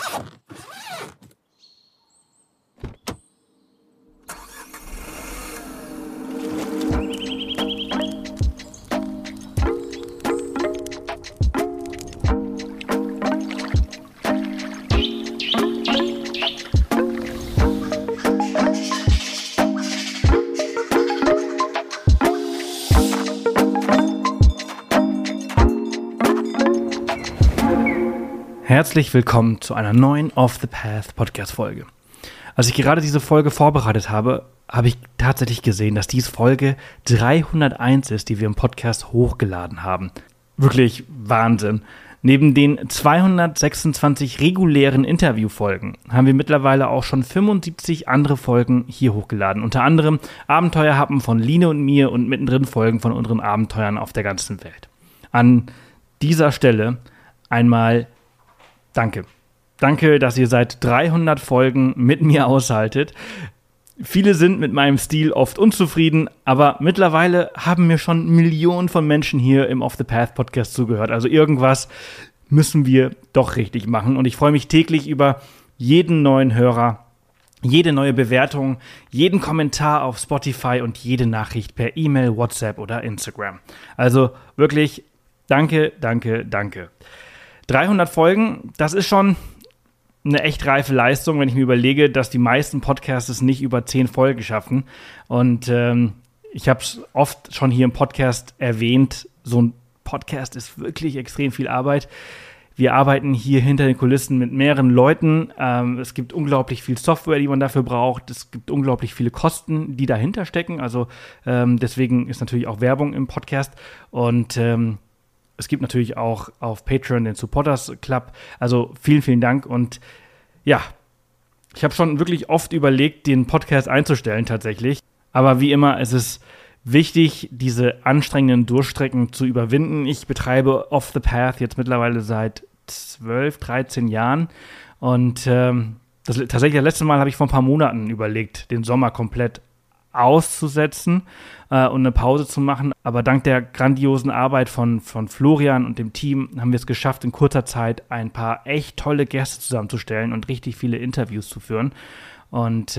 Herzlich willkommen zu einer neuen Off the Path Podcast-Folge. Als ich gerade diese Folge vorbereitet habe, habe ich tatsächlich gesehen, dass dies Folge 301 ist, die wir im Podcast hochgeladen haben. Wirklich Wahnsinn. Neben den 226 regulären Interviewfolgen haben wir mittlerweile auch schon 75 andere Folgen hier hochgeladen. Unter anderem Abenteuerhappen von Line und mir und mittendrin Folgen von unseren Abenteuern auf der ganzen Welt. An dieser Stelle einmal Danke. Danke, dass ihr seit 300 Folgen mit mir aushaltet. Viele sind mit meinem Stil oft unzufrieden, aber mittlerweile haben mir schon Millionen von Menschen hier im Off the Path Podcast zugehört. Also irgendwas müssen wir doch richtig machen. Und ich freue mich täglich über jeden neuen Hörer, jede neue Bewertung, jeden Kommentar auf Spotify und jede Nachricht per E-Mail, WhatsApp oder Instagram. Also wirklich danke, danke, danke. 300 Folgen, das ist schon eine echt reife Leistung, wenn ich mir überlege, dass die meisten Podcasts es nicht über 10 Folgen schaffen. Und ich habe es oft schon hier im Podcast erwähnt, so ein Podcast ist wirklich extrem viel Arbeit. Wir arbeiten hier hinter den Kulissen mit mehreren Leuten. Es gibt unglaublich viel Software, die man dafür braucht. Es gibt unglaublich viele Kosten, die dahinter stecken. Also deswegen ist natürlich auch Werbung im Podcast. Und es gibt natürlich auch auf Patreon den Supporters Club. Also vielen, vielen Dank. Und ja, ich habe schon wirklich oft überlegt, den Podcast einzustellen tatsächlich. Aber wie immer, es ist wichtig, diese anstrengenden Durchstrecken zu überwinden. Ich betreibe Off the Path jetzt mittlerweile seit 12, 13 Jahren. Und das letzte Mal habe ich vor ein paar Monaten überlegt, den Sommer komplett auszusetzen und eine Pause zu machen. Aber dank der grandiosen Arbeit von Florian und dem Team haben wir es geschafft, in kurzer Zeit ein paar echt tolle Gäste zusammenzustellen und richtig viele Interviews zu führen. Und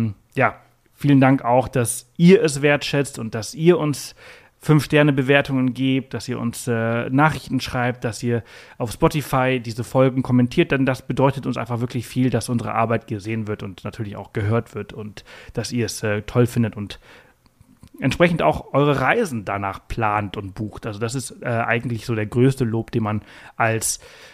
vielen Dank auch, dass ihr es wertschätzt und dass ihr uns 5-Sterne-Bewertungen gebt, dass ihr uns Nachrichten schreibt, dass ihr auf Spotify diese Folgen kommentiert, denn das bedeutet uns einfach wirklich viel, dass unsere Arbeit gesehen wird und natürlich auch gehört wird und dass ihr es toll findet und entsprechend auch eure Reisen danach plant und bucht. Also das ist eigentlich so der größte Lob, den man als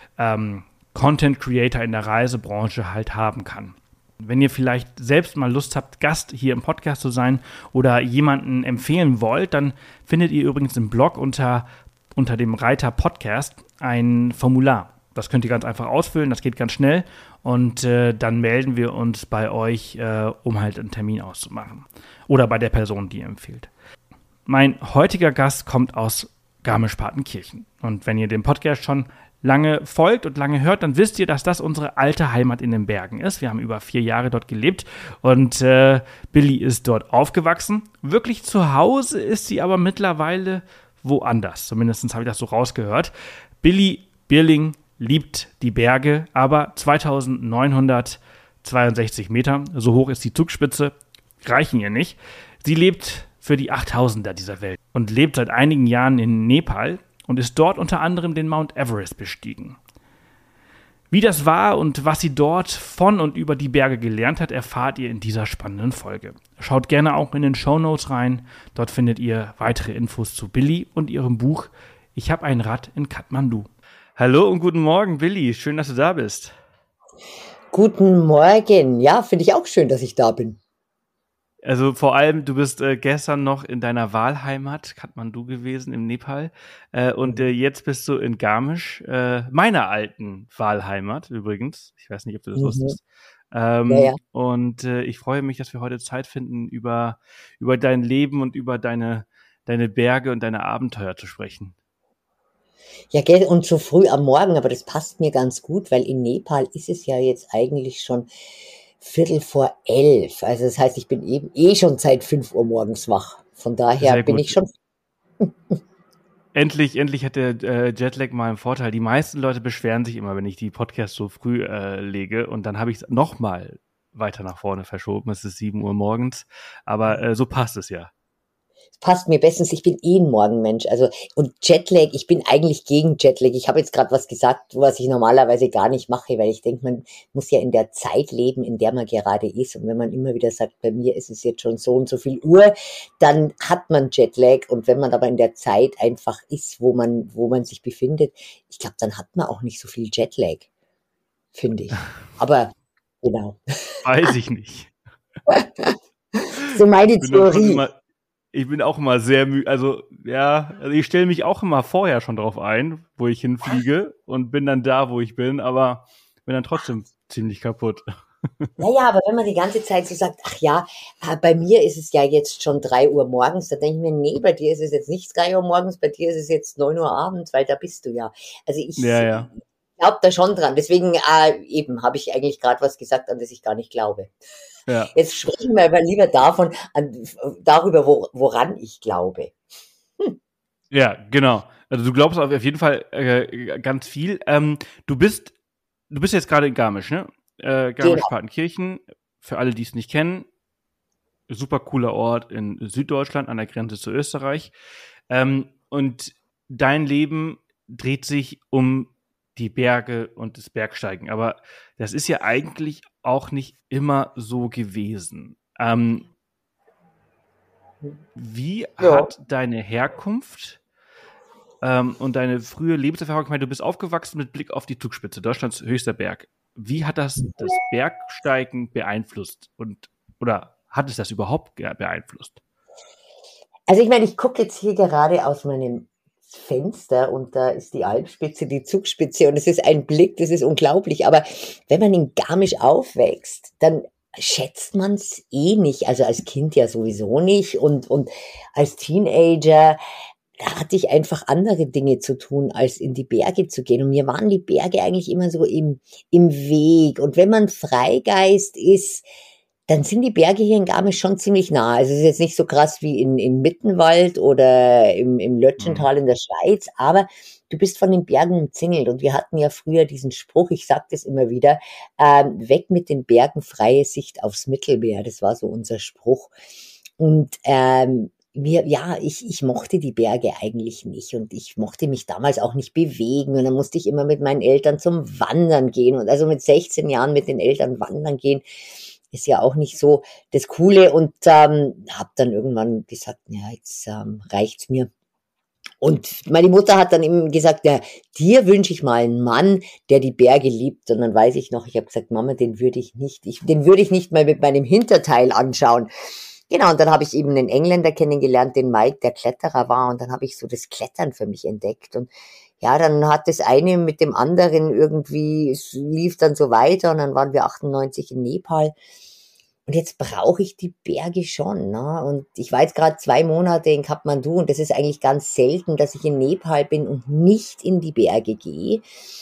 Content Creator in der Reisebranche halt haben kann. Wenn ihr vielleicht selbst mal Lust habt, Gast hier im Podcast zu sein oder jemanden empfehlen wollt, dann findet ihr übrigens im Blog unter dem Reiter Podcast ein Formular. Das könnt ihr ganz einfach ausfüllen, das geht ganz schnell und dann melden wir uns bei euch, um halt einen Termin auszumachen. Oder bei der Person, die ihr empfiehlt. Mein heutiger Gast kommt aus Garmisch-Partenkirchen. Und wenn ihr dem Podcast schon lange folgt und lange hört, dann wisst ihr, dass das unsere alte Heimat in den Bergen ist. Wir haben über 4 Jahre dort gelebt und Billy ist dort aufgewachsen. Wirklich zu Hause ist sie aber mittlerweile woanders. Zumindest habe ich das so rausgehört. Billy Bierling liebt die Berge, aber 2962 Meter, so hoch ist die Zugspitze, reichen ihr nicht. Sie lebt für die 8000er dieser Welt und lebt seit einigen Jahren in Nepal und ist dort unter anderem den Mount Everest bestiegen. Wie das war und was sie dort von und über die Berge gelernt hat, erfahrt ihr in dieser spannenden Folge. Schaut gerne auch in den Shownotes rein. Dort findet ihr weitere Infos zu Billy und ihrem Buch Ich habe ein Rad in Kathmandu. Hallo und guten Morgen, Billy. Schön, dass du da bist. Guten Morgen. Ja, finde ich auch schön, dass ich da bin. Also vor allem, du bist gestern noch in deiner Wahlheimat, Kathmandu gewesen, im Nepal. Und jetzt bist du in Garmisch, meiner alten Wahlheimat übrigens. Ich weiß nicht, ob du das wusstest. Ja. Und ich freue mich, dass wir heute Zeit finden, über dein Leben und über deine Berge und deine Abenteuer zu sprechen. Ja, gell, und so früh am Morgen, aber das passt mir ganz gut, weil in Nepal ist es ja jetzt eigentlich schon 11:15. Also das heißt, ich bin eben schon seit 5 Uhr morgens wach. Von daher bin ich schon. Endlich hat der Jetlag mal einen Vorteil. Die meisten Leute beschweren sich immer, wenn ich die Podcasts so früh lege und dann habe ich es nochmal weiter nach vorne verschoben. Es ist 7 Uhr morgens, aber so passt es ja. Es passt mir bestens, ich bin eh ein Morgenmensch. Also, und Jetlag, ich bin eigentlich gegen Jetlag. Ich habe jetzt gerade was gesagt, was ich normalerweise gar nicht mache, weil ich denke, man muss ja in der Zeit leben, in der man gerade ist. Und wenn man immer wieder sagt, bei mir ist es jetzt schon so und so viel Uhr, dann hat man Jetlag. Und wenn man aber in der Zeit einfach ist, wo man sich befindet, ich glaube, dann hat man auch nicht so viel Jetlag, finde ich. Aber genau, Weiß ich nicht. so meine Theorie. Ich bin auch immer sehr müde. Also ich stelle mich auch immer vorher schon drauf ein, wo ich hinfliege und bin dann da, wo ich bin, aber bin dann trotzdem ziemlich kaputt. Naja, aber wenn man die ganze Zeit so sagt, ach ja, bei mir ist es ja jetzt schon 3 Uhr morgens, da denke ich mir, nee, bei dir ist es jetzt nicht 3 Uhr morgens, bei dir ist es jetzt 9 Uhr abends, weil da bist du ja. Also ich Ja. glaube da schon dran. Deswegen eben habe ich eigentlich gerade was gesagt, an das ich gar nicht glaube. Ja. Jetzt sprechen wir aber lieber darüber, woran ich glaube. Ja, genau. Also du glaubst auf jeden Fall ganz viel. Du bist jetzt gerade in Garmisch, ne? Garmisch-Partenkirchen, für alle, die es nicht kennen, super cooler Ort in Süddeutschland an der Grenze zu Österreich. Und dein Leben dreht sich um die Berge und das Bergsteigen. Aber das ist ja eigentlich auch nicht immer so gewesen. Wie hat deine Herkunft und deine frühe Lebenserfahrung, ich meine, du bist aufgewachsen mit Blick auf die Zugspitze, Deutschlands höchster Berg. Wie hat das Bergsteigen beeinflusst oder hat es das überhaupt beeinflusst? Also ich meine, ich gucke jetzt hier gerade aus meinem Fenster und da ist die Alpspitze, die Zugspitze und es ist ein Blick, das ist unglaublich. Aber wenn man in Garmisch aufwächst, dann schätzt man es eh nicht. Also als Kind ja sowieso nicht und als Teenager, da hatte ich einfach andere Dinge zu tun, als in die Berge zu gehen. Und mir waren die Berge eigentlich immer so im Weg. Und wenn man Freigeist ist, dann sind die Berge hier in Garmisch schon ziemlich nah. Also es ist jetzt nicht so krass wie in Mittenwald oder im Lötschental in der Schweiz, aber du bist von den Bergen umzingelt. Und wir hatten ja früher diesen Spruch, ich sage das immer wieder, weg mit den Bergen, freie Sicht aufs Mittelmeer. Das war so unser Spruch. Und ich mochte die Berge eigentlich nicht und ich mochte mich damals auch nicht bewegen und dann musste ich immer mit meinen Eltern zum Wandern gehen und also mit 16 Jahren mit den Eltern wandern gehen ist ja auch nicht so das Coole und habe dann irgendwann gesagt, ja, jetzt reicht's mir. Und meine Mutter hat dann eben gesagt, ja, dir wünsche ich mal einen Mann, der die Berge liebt. Und dann weiß ich noch, ich habe gesagt, Mama, den würde ich nicht mal mit meinem Hinterteil anschauen. Genau, und dann habe ich eben einen Engländer kennengelernt, den Mike, der Kletterer war. Und dann habe ich so das Klettern für mich entdeckt. Und ja, dann hat das eine mit dem anderen irgendwie, es lief dann so weiter. Und dann waren wir 98 in Nepal. Und jetzt brauche ich die Berge schon, ne? Und ich war jetzt gerade 2 Monate in Kathmandu und das ist eigentlich ganz selten, dass ich in Nepal bin und nicht in die Berge gehe.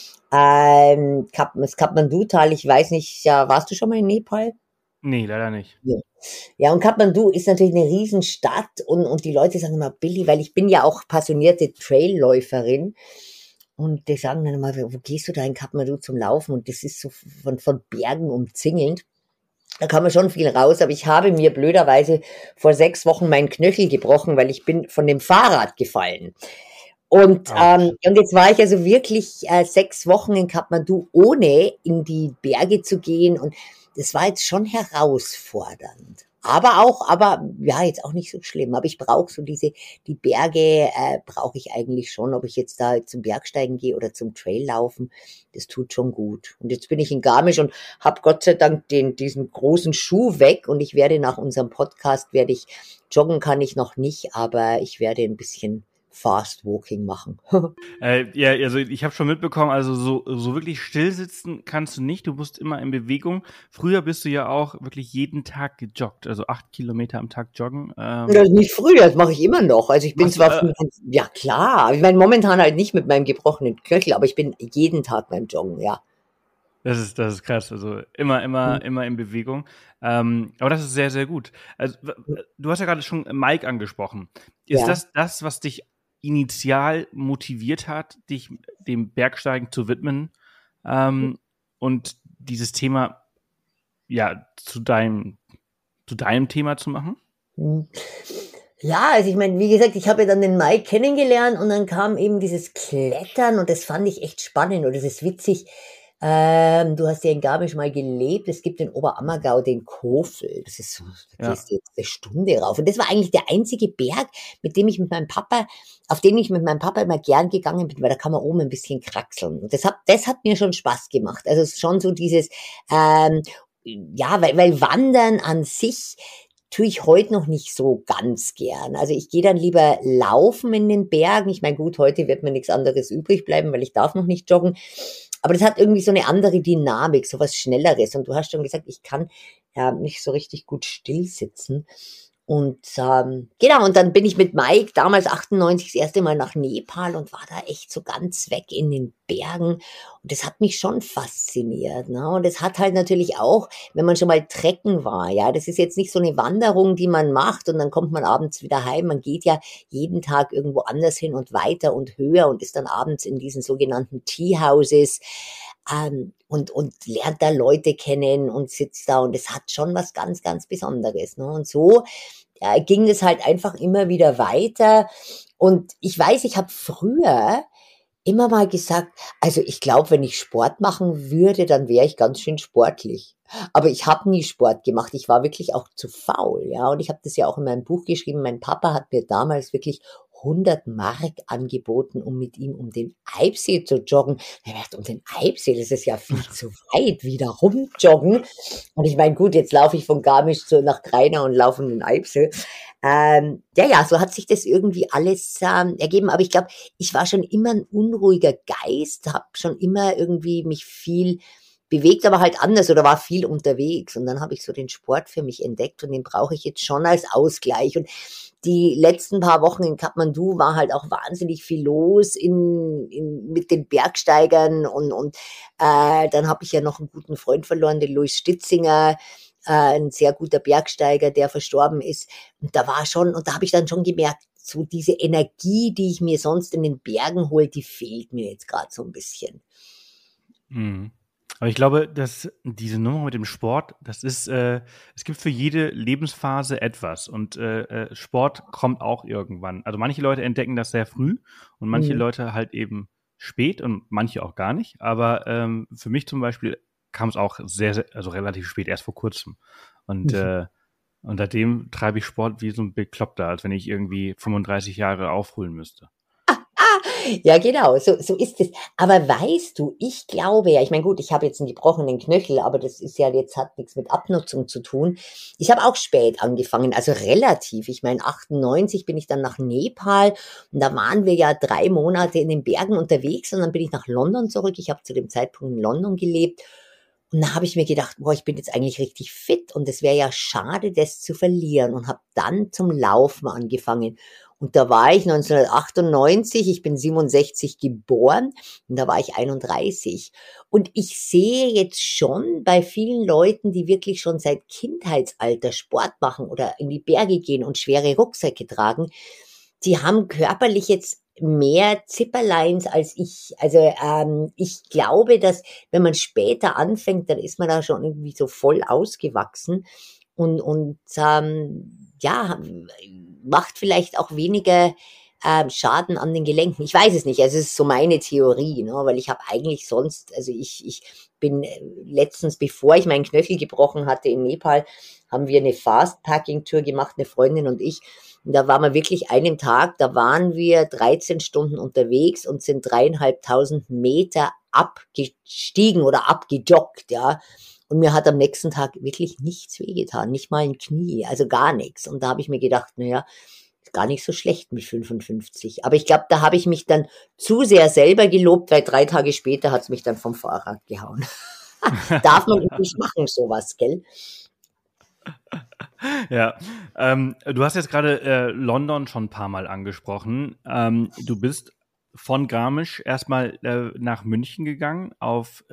Das Kathmandu-Tal, ich weiß nicht, ja, warst du schon mal in Nepal? Nee, leider nicht. Ja, und Kathmandu ist natürlich eine Riesenstadt und die Leute sagen immer, Billy, weil ich bin ja auch passionierte Trailläuferin. Und die sagen dann immer, wo gehst du da in Kathmandu zum Laufen? Und das ist so von Bergen umzingelt. Da kann man schon viel raus, aber ich habe mir blöderweise vor 6 Wochen meinen Knöchel gebrochen, weil ich bin von dem Fahrrad gefallen. Und jetzt war ich also wirklich 6 Wochen in Kathmandu, ohne in die Berge zu gehen. Und das war jetzt schon herausfordernd. Aber ja, jetzt auch nicht so schlimm. Aber ich brauche so die Berge brauche ich eigentlich schon, ob ich jetzt da zum Bergsteigen gehe oder zum Traillaufen. Das tut schon gut. Und jetzt bin ich in Garmisch und habe Gott sei Dank diesen großen Schuh weg. Und ich werde nach unserem Podcast, joggen kann ich noch nicht, aber ich werde ein bisschen Fast Walking machen. Ja, also ich habe schon mitbekommen, also so wirklich still sitzen kannst du nicht, du musst immer in Bewegung. Früher bist du ja auch wirklich jeden Tag gejoggt, also 8 Kilometer am Tag joggen. Das nicht früher, das mache ich immer noch. Also ich bin ja klar, ich meine momentan halt nicht mit meinem gebrochenen Knöchel, aber ich bin jeden Tag beim Joggen, ja. Das ist krass, also immer in Bewegung. Aber das ist sehr, sehr gut. Also du hast ja gerade schon Mike angesprochen. Ist das, was dich initial motiviert hat, dich dem Bergsteigen zu widmen und dieses Thema ja zu deinem Thema zu machen? Ja, also ich meine, wie gesagt, ich habe ja dann den Mike kennengelernt und dann kam eben dieses Klettern und das fand ich echt spannend und das ist witzig. Du hast ja in Garmisch mal gelebt. Es gibt in Oberammergau den Kofel. Das ist so, da Ja. gehst du jetzt eine Stunde rauf. Und das war eigentlich der einzige Berg, auf den ich mit meinem Papa immer gern gegangen bin, weil da kann man oben ein bisschen kraxeln. Und das hat mir schon Spaß gemacht. Also es ist schon so dieses, ja, weil Wandern an sich tue ich heute noch nicht so ganz gern. Also ich gehe dann lieber laufen in den Bergen. Ich meine, gut, heute wird mir nichts anderes übrig bleiben, weil ich darf noch nicht joggen. Aber das hat irgendwie so eine andere Dynamik, so was Schnelleres. Und du hast schon gesagt, ich kann ja nicht so richtig gut still sitzen. Und genau, und dann bin ich mit Mike damals 98 das erste Mal nach Nepal und war da echt so ganz weg in den Bergen. Und das hat mich schon fasziniert. Ne? Und es hat halt natürlich auch, wenn man schon mal trekken war, ja, das ist jetzt nicht so eine Wanderung, die man macht und dann kommt man abends wieder heim. Man geht ja jeden Tag irgendwo anders hin und weiter und höher und ist dann abends in diesen sogenannten Tea Houses. Und lernt da Leute kennen und sitzt da und es hat schon was ganz, ganz Besonderes. Ne? Und so ging es halt einfach immer wieder weiter. Und ich weiß, ich habe früher immer mal gesagt, also ich glaube, wenn ich Sport machen würde, dann wäre ich ganz schön sportlich. Aber ich habe nie Sport gemacht. Ich war wirklich auch zu faul, ja. Und ich habe das ja auch in meinem Buch geschrieben. Mein Papa hat mir damals wirklich 100 Mark angeboten, um mit ihm um den Eibsee zu joggen. Ich habe gedacht, um den Eibsee, das ist ja viel zu weit, wieder rumjoggen. Und ich meine, gut, jetzt laufe ich von Garmisch nach Greiner und laufe um den Eibsee. Ja, so hat sich das irgendwie alles ergeben. Aber ich glaube, ich war schon immer ein unruhiger Geist, habe schon immer irgendwie mich viel bewegt, aber halt anders oder war viel unterwegs. Und dann habe ich so den Sport für mich entdeckt und den brauche ich jetzt schon als Ausgleich. Und die letzten paar Wochen in Kathmandu war halt auch wahnsinnig viel los mit den Bergsteigern und dann habe ich ja noch einen guten Freund verloren, den Louis Stitzinger, ein sehr guter Bergsteiger, der verstorben ist. Und da habe ich dann schon gemerkt, so diese Energie, die ich mir sonst in den Bergen hole, die fehlt mir jetzt gerade so ein bisschen. Mhm. Aber ich glaube, dass diese Nummer mit dem Sport, das ist, es gibt für jede Lebensphase etwas und Sport kommt auch irgendwann. Also manche Leute entdecken das sehr früh und manche Mhm. Leute halt eben spät und manche auch gar nicht. Aber für mich zum Beispiel kam es auch also relativ spät, erst vor kurzem. Und seitdem treibe ich Sport wie so ein Bekloppter, als wenn ich irgendwie 35 Jahre aufholen müsste. Ja, genau, so ist es. Aber weißt du, ich glaube ja, ich meine, gut, ich habe jetzt einen gebrochenen Knöchel, aber das ist ja jetzt, hat nichts mit Abnutzung zu tun. Ich habe auch spät angefangen, also relativ. Ich meine, 98 bin ich dann nach Nepal und da waren wir ja 3 Monate in den Bergen unterwegs und dann bin ich nach London zurück. Ich habe zu dem Zeitpunkt in London gelebt. Und da habe ich mir gedacht, boah, ich bin jetzt eigentlich richtig fit und es wäre ja schade, das zu verlieren und habe dann zum Laufen angefangen. Und da war ich 1998, ich bin 67 geboren und da war ich 31. Und ich sehe jetzt schon bei vielen Leuten, die wirklich schon seit Kindheitsalter Sport machen oder in die Berge gehen und schwere Rucksäcke tragen, die haben körperlich jetzt mehr Zipperleins als ich. Also ich glaube, dass wenn man später anfängt, dann ist man da schon irgendwie so voll ausgewachsen und ja, macht vielleicht auch weniger Schaden an den Gelenken. Ich weiß es nicht, also es ist so meine Theorie, ne? Weil ich habe eigentlich sonst, also ich bin letztens, bevor ich meinen Knöchel gebrochen hatte in Nepal, haben wir eine Fast-Packing-Tour gemacht, eine Freundin und ich. Und da waren wir wirklich einen Tag, da waren wir 13 Stunden unterwegs und sind 3.500 Meter abgestiegen oder abgejoggt, ja. Und mir hat am nächsten Tag wirklich nichts wehgetan, nicht mal ein Knie, also gar nichts. Und da habe ich mir gedacht, naja, ist gar nicht so schlecht mit 55. Aber ich glaube, da habe ich mich dann zu sehr selber gelobt, weil 3 Tage später hat es mich dann vom Fahrrad gehauen. Darf man nicht machen, sowas, gell? Ja, du hast jetzt gerade London schon ein paar Mal angesprochen. Du bist von Garmisch erstmal nach München gegangen auf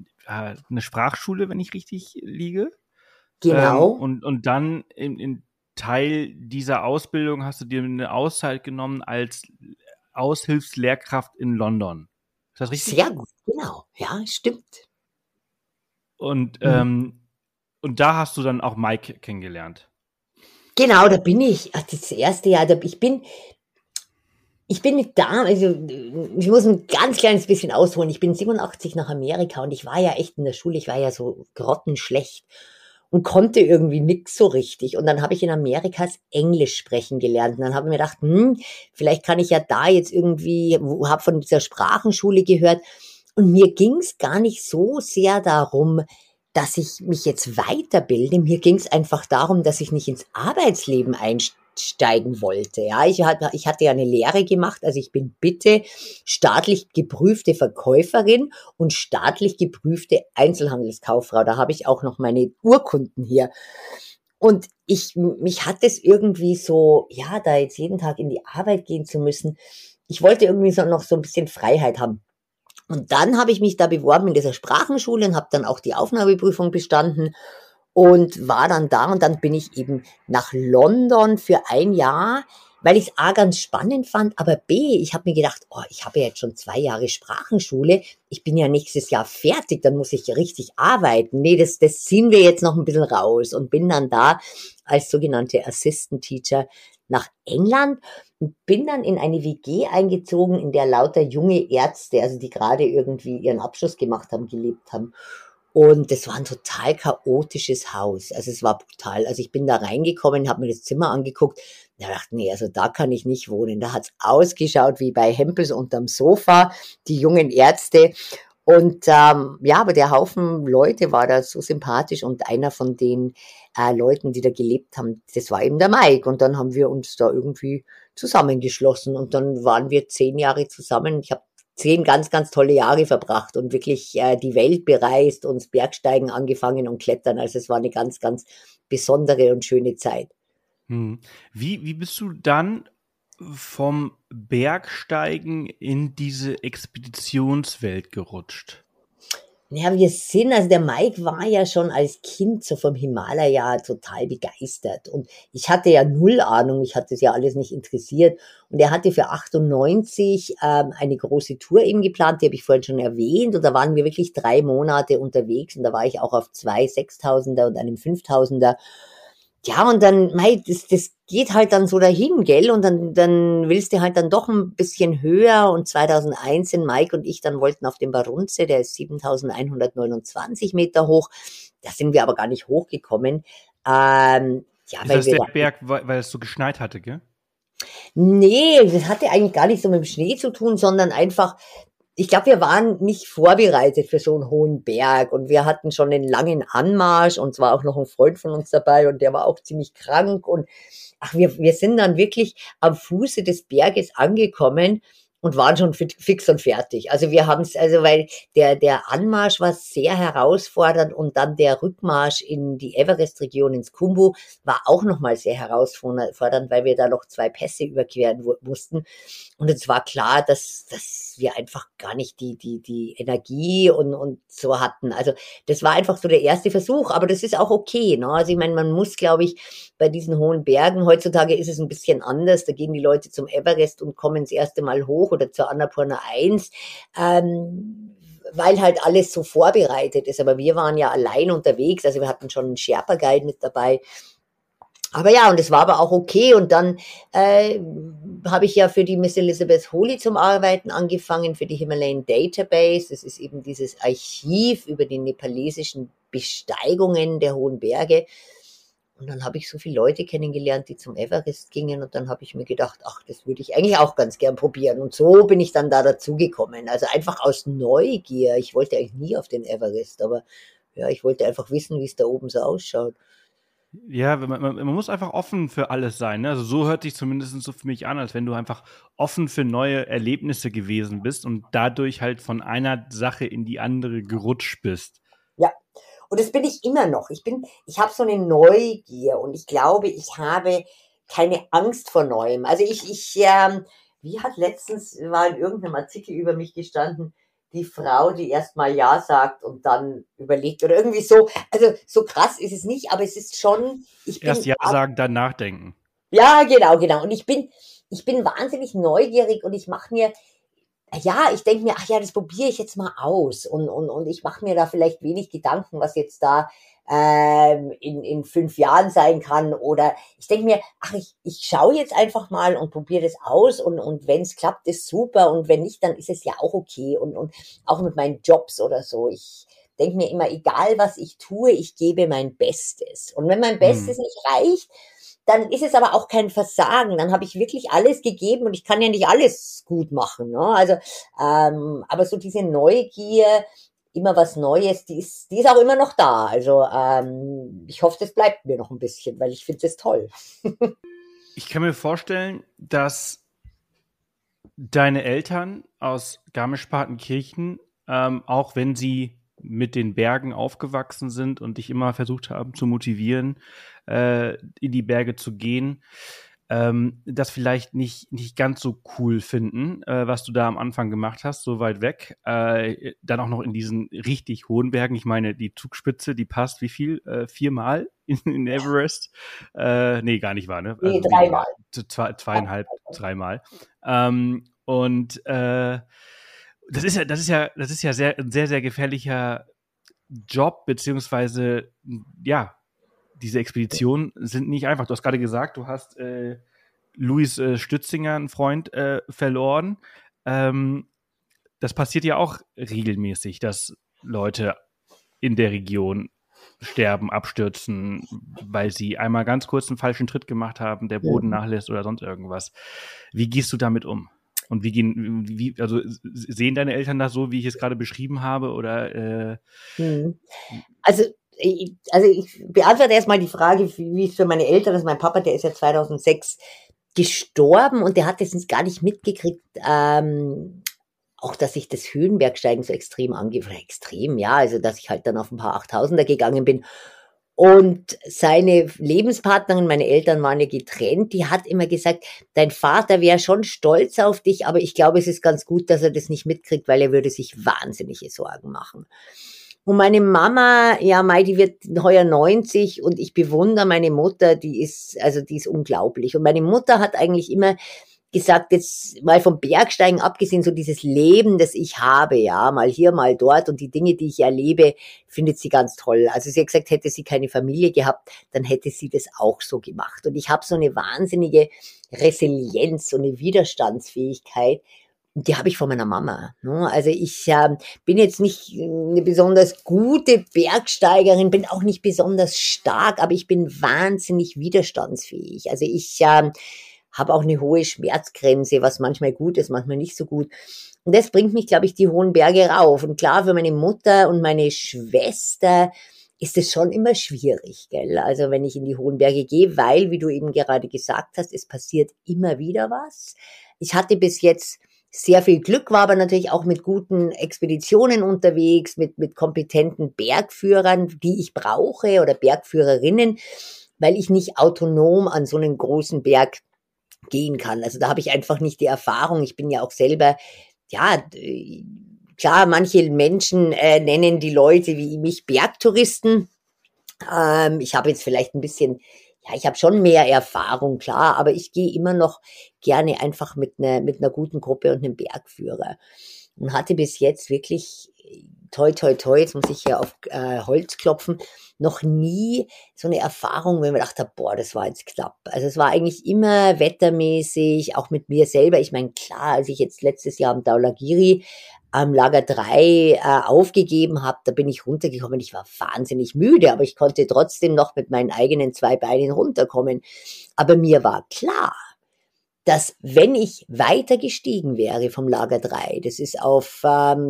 eine Sprachschule, wenn ich richtig liege. Genau. Und dann in Teil dieser Ausbildung hast du dir eine Auszeit genommen als Aushilfslehrkraft in London. Ist das richtig? Sehr gut, genau. Ja, stimmt. Und, Mhm. und da hast du dann auch Mike kennengelernt. Genau, da bin ich, das erste Jahr, ich bin nicht da, also ich muss ein ganz kleines bisschen ausholen. Ich bin 87 nach Amerika und ich war ja echt in der Schule, ich war ja so grottenschlecht und konnte irgendwie nix so richtig. Und dann habe ich in Amerika das Englisch sprechen gelernt. Und dann habe ich mir gedacht, vielleicht kann ich ja da jetzt irgendwie, habe von dieser Sprachenschule gehört. Und mir ging's gar nicht so sehr darum, dass ich mich jetzt weiterbilde. Mir ging's einfach darum, dass ich nicht ins Arbeitsleben einsteigen wollte. Ja, ich hatte ja eine Lehre gemacht, also ich bin bitte staatlich geprüfte Verkäuferin und staatlich geprüfte Einzelhandelskauffrau. Da habe ich auch noch meine Urkunden hier. Und mich hat es irgendwie so, ja, da jetzt jeden Tag in die Arbeit gehen zu müssen. Ich wollte irgendwie so noch so ein bisschen Freiheit haben. Und dann habe ich mich da beworben in dieser Sprachenschule und habe dann auch die Aufnahmeprüfung bestanden und war dann da und dann bin ich eben nach London für ein Jahr, weil ich es A ganz spannend fand, aber B, ich habe mir gedacht, oh, ich habe ja jetzt schon 2 Jahre Sprachenschule, ich bin ja nächstes Jahr fertig, dann muss ich ja richtig arbeiten. Nee, das ziehen wir jetzt noch ein bisschen raus und bin dann da als sogenannte Assistant Teacher nach England und bin dann in eine WG eingezogen, in der lauter junge Ärzte, also die gerade irgendwie ihren Abschluss gemacht haben, gelebt haben. Und das war ein total chaotisches Haus. Also es war brutal. Also ich bin da reingekommen, habe mir das Zimmer angeguckt. Da dachte nee, also da kann ich nicht wohnen. Da hat's ausgeschaut wie bei Hempels unterm Sofa, die jungen Ärzte. Und ja, aber der Haufen Leute war da so sympathisch und einer von den Leuten, die da gelebt haben, das war eben der Mike. Und dann haben wir uns da irgendwie zusammengeschlossen und dann waren wir 10 Jahre zusammen. Ich habe 10 ganz, ganz tolle Jahre verbracht und wirklich die Welt bereist, uns Bergsteigen angefangen und Klettern. Also es war eine ganz, ganz besondere und schöne Zeit. Hm. Wie bist du dann vom Bergsteigen in diese Expeditionswelt gerutscht? Ja, also der Mike war ja schon als Kind so vom Himalaya total begeistert und ich hatte ja null Ahnung, mich hat das ja alles nicht interessiert und er hatte für 98 eine große Tour eben geplant, die habe ich vorhin schon erwähnt und da waren wir wirklich 3 Monate unterwegs und da war ich auch auf 2 6000er und einem 5000er. Ja, und dann, mei, das geht halt dann so dahin, gell? Und dann willst du halt dann doch ein bisschen höher. Und 2001 sind Mike und ich dann wollten auf den Barunze, der ist 7129 Meter hoch. Da sind wir aber gar nicht hochgekommen. Ja, Ist weil das wir der da, Berg, weil es so geschneit hatte, gell? nee, das hatte eigentlich gar nicht so mit dem Schnee zu tun, sondern einfach, ich glaube, wir waren nicht vorbereitet für so einen hohen Berg und wir hatten schon einen langen Anmarsch und es war auch noch ein Freund von uns dabei und der war auch ziemlich krank und ach, wir sind dann wirklich am Fuße des Berges angekommen und waren schon fix und fertig. Also wir haben es, also weil der Anmarsch war sehr herausfordernd und dann der Rückmarsch in die Everest-Region ins Khumbu war auch nochmal sehr herausfordernd, weil wir da noch 2 Pässe überqueren mussten. Und es war klar, dass wir einfach gar nicht die Energie und so hatten. Also das war einfach so der erste Versuch, aber das ist auch okay. Ne? Also ich meine, man muss, glaube ich, bei diesen hohen Bergen, heutzutage ist es ein bisschen anders, da gehen die Leute zum Everest und kommen das erste Mal hoch oder zur Annapurna 1, weil halt alles so vorbereitet ist. Aber wir waren ja allein unterwegs, also wir hatten schon einen Sherpa-Guide mit dabei. Aber ja, und es war aber auch okay. Und dann habe ich ja für die Miss Elizabeth Holy zum Arbeiten angefangen, für die Himalayan Database. Das ist eben dieses Archiv über die nepalesischen Besteigungen der hohen Berge. Und dann habe ich so viele Leute kennengelernt, die zum Everest gingen. Und dann habe ich mir gedacht, ach, das würde ich eigentlich auch ganz gern probieren. Und so bin ich dann da dazugekommen. Also einfach aus Neugier. Ich wollte eigentlich nie auf den Everest, aber ja, ich wollte einfach wissen, wie es da oben so ausschaut. Ja, man muss einfach offen für alles sein. Ne? Also so hört sich zumindest so für mich an, als wenn du einfach offen für neue Erlebnisse gewesen bist und dadurch halt von einer Sache in die andere gerutscht bist. Ja, und das bin ich immer noch. Ich habe so eine Neugier und ich glaube, ich habe keine Angst vor Neuem. Also wie hat letztens, war in irgendeinem Artikel über mich gestanden, die Frau, die erstmal Ja sagt und dann überlegt oder irgendwie so. Also so krass ist es nicht, aber es ist schon, Erst Ja sagen, dann nachdenken. ja, genau. Und ich bin wahnsinnig neugierig und ich mache mir, ja, ich denke mir, ach ja, das probiere ich jetzt mal aus und ich mache mir da vielleicht wenig Gedanken, was jetzt da in 5 Jahren sein kann oder ich denke mir, ach, ich schaue jetzt einfach mal und probiere das aus und wenn es klappt, ist super und wenn nicht, dann ist es ja auch okay und auch mit meinen Jobs oder so. Ich denke mir immer, egal was ich tue, ich gebe mein Bestes und wenn mein Bestes nicht reicht, dann ist es aber auch kein Versagen. Dann habe ich wirklich alles gegeben und ich kann ja nicht alles gut machen. Ne? Also, aber so diese Neugier, immer was Neues, die ist auch immer noch da. Also ich hoffe, das bleibt mir noch ein bisschen, weil ich finde das toll. Ich kann mir vorstellen, dass deine Eltern aus Garmisch-Partenkirchen, auch wenn sie mit den Bergen aufgewachsen sind und dich immer versucht haben zu motivieren, in die Berge zu gehen, das vielleicht nicht ganz so cool finden, was du da am Anfang gemacht hast, so weit weg. Dann auch noch in diesen richtig hohen Bergen. Ich meine, die Zugspitze, die passt wie viel? 4-mal in Everest? Nee, gar nicht wahr, ne? Nee, Also dreimal. weniger. 2,5, 3-mal. Und das ist ja ein sehr, sehr gefährlicher Job, beziehungsweise, ja, diese Expeditionen sind nicht einfach. Du hast gerade gesagt, du hast Luis Stützinger, einen Freund, verloren. Das passiert ja auch regelmäßig, dass Leute in der Region sterben, abstürzen, weil sie einmal ganz kurz einen falschen Tritt gemacht haben, der Boden nachlässt oder sonst irgendwas. Wie gehst du damit um? Und also sehen deine Eltern das so, wie ich es gerade beschrieben habe? Oder Also ich beantworte erstmal die Frage, wie es für meine Eltern ist. Mein Papa, der ist ja 2006 gestorben und der hat das gar nicht mitgekriegt, auch dass ich das Höhenbergsteigen so extrem extrem, ja, also dass ich halt dann auf ein paar Achttausender gegangen bin. Und seine Lebenspartnerin, meine Eltern waren ja getrennt, die hat immer gesagt, dein Vater wäre schon stolz auf dich, aber ich glaube, es ist ganz gut, dass er das nicht mitkriegt, weil er würde sich wahnsinnige Sorgen machen. Und meine Mama, ja, die wird heuer 90 und ich bewundere meine Mutter, die ist unglaublich. Und meine Mutter hat eigentlich immer gesagt, jetzt mal vom Bergsteigen abgesehen, so dieses Leben, das ich habe, ja, mal hier, mal dort und die Dinge, die ich erlebe, findet sie ganz toll. Also sie hat gesagt, hätte sie keine Familie gehabt, dann hätte sie das auch so gemacht. Und ich habe so eine wahnsinnige Resilienz, so eine Widerstandsfähigkeit, die habe ich von meiner Mama. Ne? Also ich bin jetzt nicht eine besonders gute Bergsteigerin, bin auch nicht besonders stark, aber ich bin wahnsinnig widerstandsfähig. Also ich habe auch eine hohe Schmerzgrenze, was manchmal gut ist, manchmal nicht so gut. Und das bringt mich, glaube ich, die hohen Berge rauf. Und klar, für meine Mutter und meine Schwester ist es schon immer schwierig, gell? Also wenn ich in die hohen Berge gehe, weil, wie du eben gerade gesagt hast, es passiert immer wieder was. Ich hatte bis jetzt sehr viel Glück, war aber natürlich auch mit guten Expeditionen unterwegs, mit kompetenten Bergführern, die ich brauche oder Bergführerinnen, weil ich nicht autonom an so einen großen Berg gehen kann. Also da habe ich einfach nicht die Erfahrung. Ich bin ja auch selber, ja, klar, manche Menschen nennen die Leute wie mich Bergtouristen. Ich habe jetzt vielleicht ein bisschen, ja, ich habe schon mehr Erfahrung, klar, aber ich gehe immer noch gerne einfach mit einer guten Gruppe und einem Bergführer. Und hatte bis jetzt wirklich, toi, toi, toi, jetzt muss ich hier auf Holz klopfen, noch nie so eine Erfahrung, wenn man gedacht hat, boah, das war jetzt knapp. Also es war eigentlich immer wettermäßig, auch mit mir selber. Ich meine, klar, als ich jetzt letztes Jahr am Dhaulagiri am Lager 3 aufgegeben habe, da bin ich runtergekommen. Ich war wahnsinnig müde, aber ich konnte trotzdem noch mit meinen eigenen 2 Beinen runterkommen. Aber mir war klar, dass wenn ich weiter gestiegen wäre vom Lager 3, das ist auf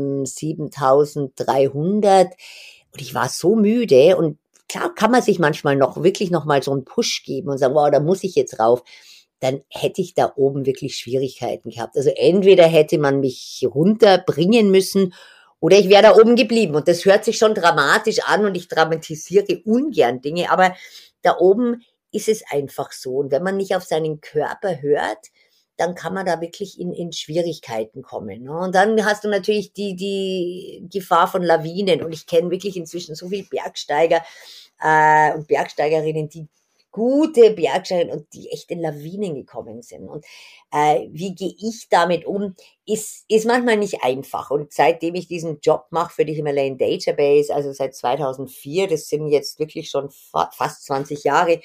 7300 und ich war so müde und klar kann man sich manchmal wirklich noch mal so einen Push geben und sagen, wow, da muss ich jetzt rauf, dann hätte ich da oben wirklich Schwierigkeiten gehabt. Also entweder hätte man mich runterbringen müssen oder ich wäre da oben geblieben und das hört sich schon dramatisch an und ich dramatisiere ungern Dinge, aber da oben ist es einfach so. Und wenn man nicht auf seinen Körper hört, dann kann man da wirklich in Schwierigkeiten kommen. Ne? Und dann hast du natürlich die Gefahr von Lawinen. Und ich kenne wirklich inzwischen so viele Bergsteiger und Bergsteigerinnen, die gute Bergsteigerinnen und die echt in Lawinen gekommen sind. Und wie gehe ich damit um, ist manchmal nicht einfach. Und seitdem ich diesen Job mache für die Himalayan Database, also seit 2004, das sind jetzt wirklich schon fast 20 Jahre,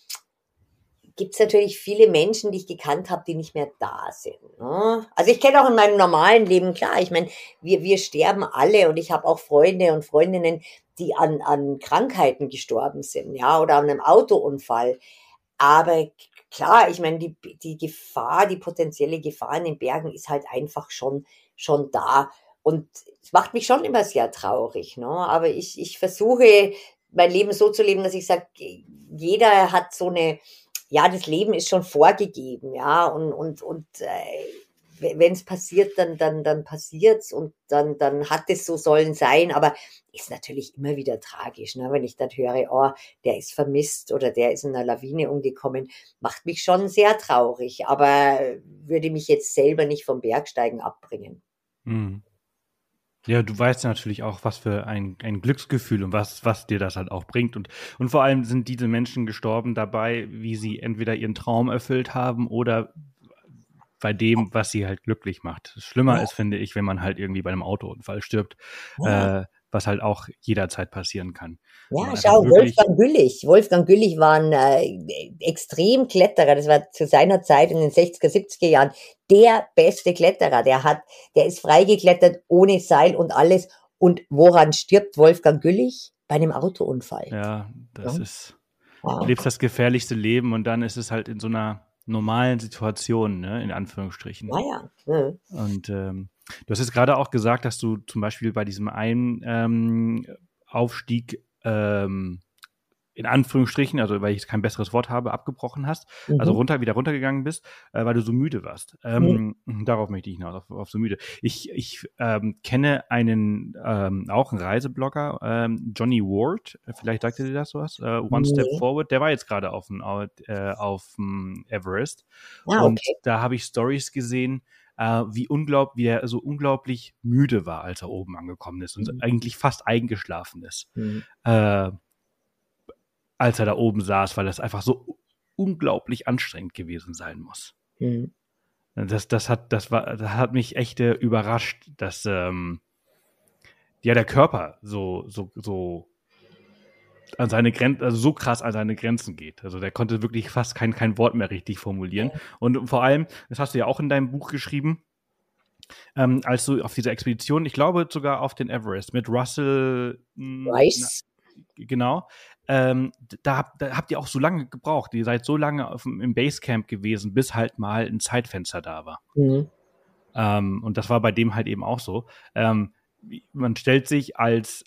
gibt es natürlich viele Menschen, die ich gekannt habe, die nicht mehr da sind. Ne? Also ich kenne auch in meinem normalen Leben, klar, ich meine, wir sterben alle und ich habe auch Freunde und Freundinnen, die an Krankheiten gestorben sind, ja, oder an einem Autounfall. Aber klar, ich meine, die Gefahr, die potenzielle Gefahr in den Bergen ist halt einfach schon da. Und es macht mich schon immer sehr traurig. Ne? Aber ich versuche, mein Leben so zu leben, dass ich sage, jeder hat so eine, ja, das Leben ist schon vorgegeben, ja, und wenn es passiert, dann passiert's und dann hat es so sollen sein, aber ist natürlich immer wieder tragisch, ne? Wenn ich dann höre, oh, der ist vermisst oder der ist in einer Lawine umgekommen, macht mich schon sehr traurig, aber würde mich jetzt selber nicht vom Bergsteigen abbringen. Mhm. Ja, du weißt ja natürlich auch, was für ein Glücksgefühl und was dir das halt auch bringt. Und vor allem sind diese Menschen gestorben dabei, wie sie entweder ihren Traum erfüllt haben oder bei dem, was sie halt glücklich macht. Schlimmer ist, finde ich, wenn man halt irgendwie bei einem Autounfall stirbt, was halt auch jederzeit passieren kann. Ja, schau, Wolfgang Güllich war ein Extremkletterer. Das war zu seiner Zeit in den 60er, 70er Jahren der beste Kletterer. Der ist freigeklettert ohne Seil und alles. Und woran stirbt Wolfgang Güllich? Bei einem Autounfall. Ja, das ist, du lebst das gefährlichste Leben und dann ist es halt in so einer normalen Situation, ne, in Anführungsstrichen. Naja. Und du hast jetzt gerade auch gesagt, dass du zum Beispiel bei diesem einen Aufstieg in Anführungsstrichen, also weil ich kein besseres Wort habe, abgebrochen hast, also wieder runtergegangen bist, weil du so müde warst. Darauf möchte ich hinaus, auf so müde. Ich kenne einen, auch einen Reiseblogger, Johnny Ward, vielleicht sagt dir das was, One Step Forward, der war jetzt gerade auf dem Everest. Und da habe ich Stories gesehen, wie er so unglaublich müde war, als er oben angekommen ist und eigentlich fast eingeschlafen ist. Als er da oben saß, weil das einfach so unglaublich anstrengend gewesen sein muss. Das hat mich echt überrascht, dass der Körper so an seine Grenzen, also so krass an seine Grenzen geht. Also der konnte wirklich fast kein Wort mehr richtig formulieren. Und vor allem, das hast du ja auch in deinem Buch geschrieben, als du auf dieser Expedition, ich glaube sogar auf den Everest mit Russell Rice. Genau. Da habt ihr auch so lange gebraucht. Ihr seid so lange im Basecamp gewesen, bis halt mal ein Zeitfenster da war. Und das war bei dem halt eben auch so. Man stellt sich also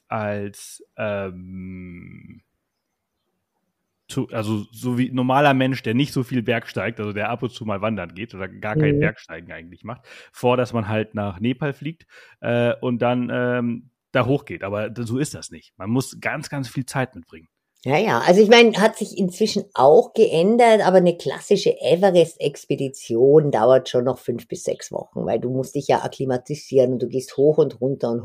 so wie normaler Mensch, der nicht so viel Bergsteigt, also der ab und zu mal wandern geht oder gar kein Bergsteigen eigentlich macht, vor, dass man halt nach Nepal fliegt und dann da hochgeht. Aber so ist das nicht. Man muss ganz, ganz viel Zeit mitbringen. Ja, also ich meine, hat sich inzwischen auch geändert, aber eine klassische Everest-Expedition dauert schon noch 5 bis 6 Wochen, weil du musst dich ja akklimatisieren und du gehst hoch und runter,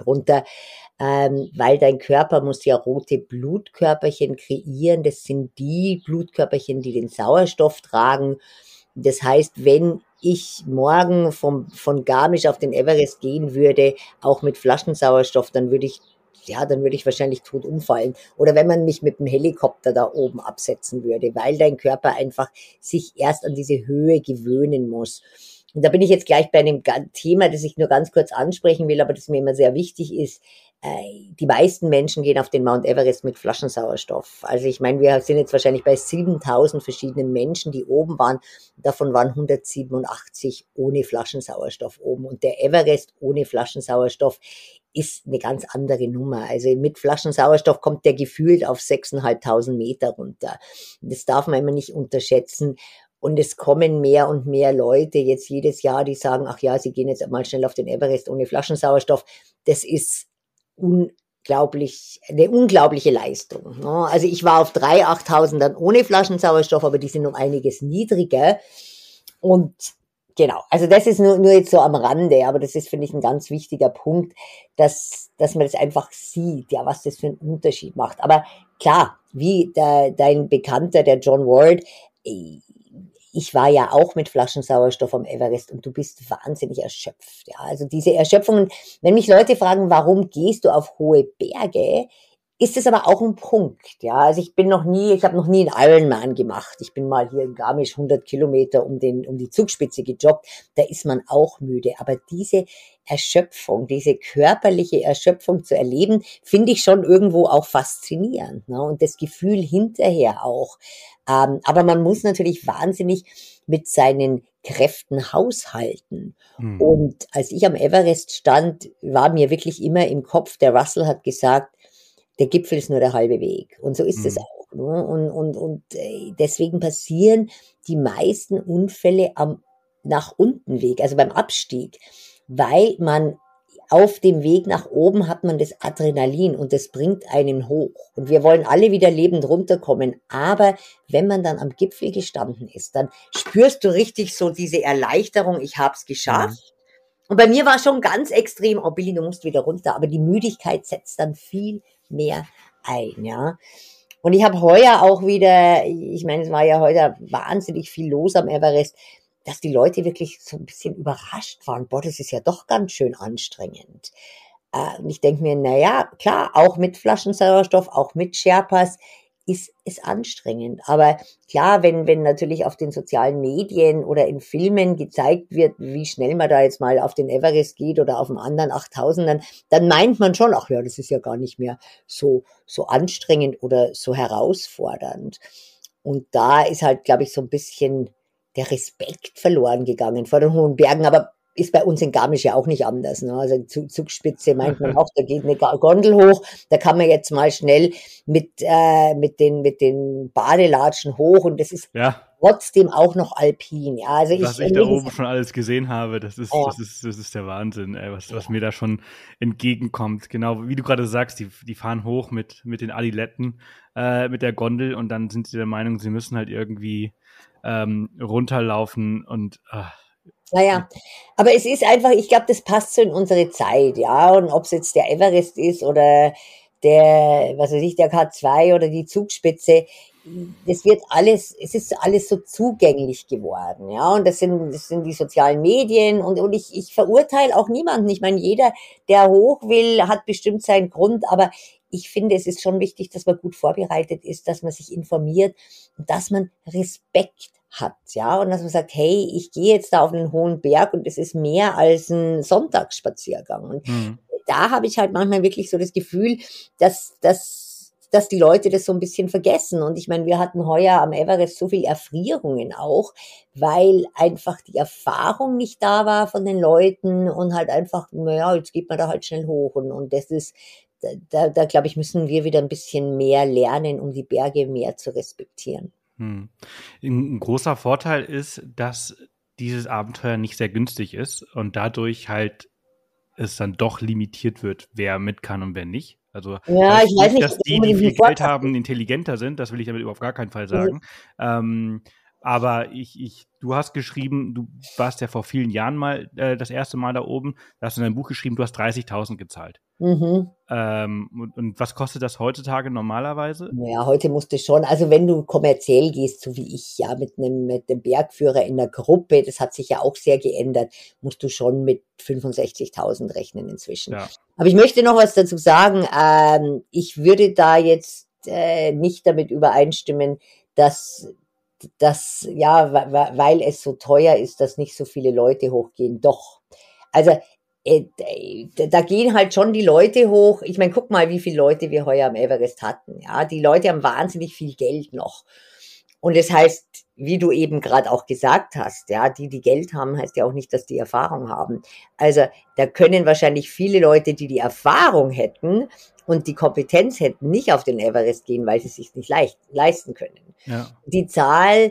weil dein Körper muss ja rote Blutkörperchen kreieren. Das sind die Blutkörperchen, die den Sauerstoff tragen. Das heißt, wenn ich morgen von Garmisch auf den Everest gehen würde, auch mit Flaschensauerstoff, dann würde ich wahrscheinlich tot umfallen. Oder wenn man mich mit dem Helikopter da oben absetzen würde, weil dein Körper einfach sich erst an diese Höhe gewöhnen muss. Und da bin ich jetzt gleich bei einem Thema, das ich nur ganz kurz ansprechen will, aber das mir immer sehr wichtig ist. Die meisten Menschen gehen auf den Mount Everest mit Flaschensauerstoff. Also ich meine, wir sind jetzt wahrscheinlich bei 7.000 verschiedenen Menschen, die oben waren. Davon waren 187 ohne Flaschensauerstoff oben. Und der Everest ohne Flaschensauerstoff ist eine ganz andere Nummer. Also mit Flaschensauerstoff kommt der gefühlt auf 6.500 Meter runter. Das darf man immer nicht unterschätzen. Und es kommen mehr und mehr Leute jetzt jedes Jahr, die sagen, ach ja, sie gehen jetzt mal schnell auf den Everest ohne Flaschensauerstoff. Das ist eine unglaubliche Leistung. Also ich war auf 3.000, 8.000 ohne Flaschensauerstoff, aber die sind um einiges niedriger. Und Genau, also das ist nur jetzt so am Rande, aber das ist, finde ich, ein ganz wichtiger Punkt, dass man das einfach sieht, ja, was das für einen Unterschied macht. Aber klar, wie dein Bekannter, der John Ward, ich war ja auch mit Flaschen Sauerstoff am Everest und du bist wahnsinnig erschöpft. Ja, also diese Erschöpfungen, wenn mich Leute fragen, warum gehst du auf hohe Berge, ist es aber auch ein Punkt, ja. Also ich habe noch nie einen Ironman gemacht. Ich bin mal hier in Garmisch 100 Kilometer um die Zugspitze gejoggt. Da ist man auch müde. Aber diese Erschöpfung, diese körperliche Erschöpfung zu erleben, finde ich schon irgendwo auch faszinierend, ne? Und das Gefühl hinterher auch. Aber man muss natürlich wahnsinnig mit seinen Kräften haushalten. Und als ich am Everest stand, war mir wirklich immer im Kopf, der Russell hat gesagt, der Gipfel ist nur der halbe Weg. Und so ist es auch. Ne? Und deswegen passieren die meisten Unfälle am nach unten Weg, also beim Abstieg, weil man auf dem Weg nach oben hat man das Adrenalin und das bringt einen hoch. Und wir wollen alle wieder lebend runterkommen. Aber wenn man dann am Gipfel gestanden ist, dann spürst du richtig so diese Erleichterung, ich hab's geschafft. Und bei mir war schon ganz extrem, oh Billy, du musst wieder runter. Aber die Müdigkeit setzt dann viel mehr ein, ja. Und ich habe heuer auch wieder, ich meine, es war ja heute wahnsinnig viel los am Everest, dass die Leute wirklich so ein bisschen überrascht waren. Boah, das ist ja doch ganz schön anstrengend. Und ich denke mir, naja, klar, auch mit Flaschensauerstoff, auch mit Sherpas, ist anstrengend. Aber klar, wenn natürlich auf den sozialen Medien oder in Filmen gezeigt wird, wie schnell man da jetzt mal auf den Everest geht oder auf einem anderen 8000, dann meint man schon, ach ja, das ist ja gar nicht mehr so anstrengend oder so herausfordernd. Und da ist halt, glaube ich, so ein bisschen der Respekt verloren gegangen vor den hohen Bergen, aber ist bei uns in Garmisch ja auch nicht anders. Ne? Also die Zugspitze meint man auch, da geht eine Gondel hoch, da kann man jetzt mal schnell mit den Badelatschen hoch und das ist trotzdem auch noch alpin. Ja, also was ich da oben schon alles gesehen habe, das ist der Wahnsinn, was mir da schon entgegenkommt. Genau, wie du gerade sagst, die fahren hoch mit den Adiletten, mit der Gondel und dann sind sie der Meinung, sie müssen halt irgendwie runterlaufen und naja, aber es ist einfach, ich glaube, das passt so in unsere Zeit, ja. Und ob es jetzt der Everest ist oder der, was weiß ich, der K2 oder die Zugspitze, es ist alles so zugänglich geworden, ja. Und das sind die sozialen Medien und ich verurteile auch niemanden. Ich meine, jeder, der hoch will, hat bestimmt seinen Grund, aber ich finde, es ist schon wichtig, dass man gut vorbereitet ist, dass man sich informiert und dass man Respekt hat, ja, und dass man sagt, hey, ich gehe jetzt da auf einen hohen Berg und es ist mehr als ein Sonntagsspaziergang. Und da habe ich halt manchmal wirklich so das Gefühl, dass die Leute das so ein bisschen vergessen. Und ich meine, wir hatten heuer am Everest so viel Erfrierungen auch, weil einfach die Erfahrung nicht da war von den Leuten und halt einfach, naja, jetzt geht man da halt schnell hoch. Und das ist, da glaube ich, müssen wir wieder ein bisschen mehr lernen, um die Berge mehr zu respektieren. Ein großer Vorteil ist, dass dieses Abenteuer nicht sehr günstig ist und dadurch halt es dann doch limitiert wird, wer mit kann und wer nicht. Also ja, ich weiß nicht, dass die viel Geld haben, intelligenter sind, das will ich damit überhaupt gar keinen Fall sagen. Aber du hast geschrieben, du warst ja vor vielen Jahren mal das erste Mal da oben, da hast du in deinem Buch geschrieben, du hast 30.000 gezahlt. Und was kostet das heutzutage normalerweise? Ja, heute musst du schon, also wenn du kommerziell gehst, so wie ich, ja, mit einem Bergführer in der Gruppe, das hat sich ja auch sehr geändert, musst du schon mit 65.000 rechnen inzwischen. Ja. Aber ich möchte noch was dazu sagen. Ich würde da jetzt nicht damit übereinstimmen, dass ja, weil es so teuer ist, dass nicht so viele Leute hochgehen. Doch. Also da gehen halt schon die Leute hoch. Ich meine, guck mal, wie viele Leute wir heuer am Everest hatten. Ja, die Leute haben wahnsinnig viel Geld noch. Und das heißt, wie du eben gerade auch gesagt hast, ja, die Geld haben, heißt ja auch nicht, dass die Erfahrung haben. Also da können wahrscheinlich viele Leute, die Erfahrung hätten und die Kompetenz hätten, nicht auf den Everest gehen, weil sie es sich nicht leisten können. Ja. Die Zahl,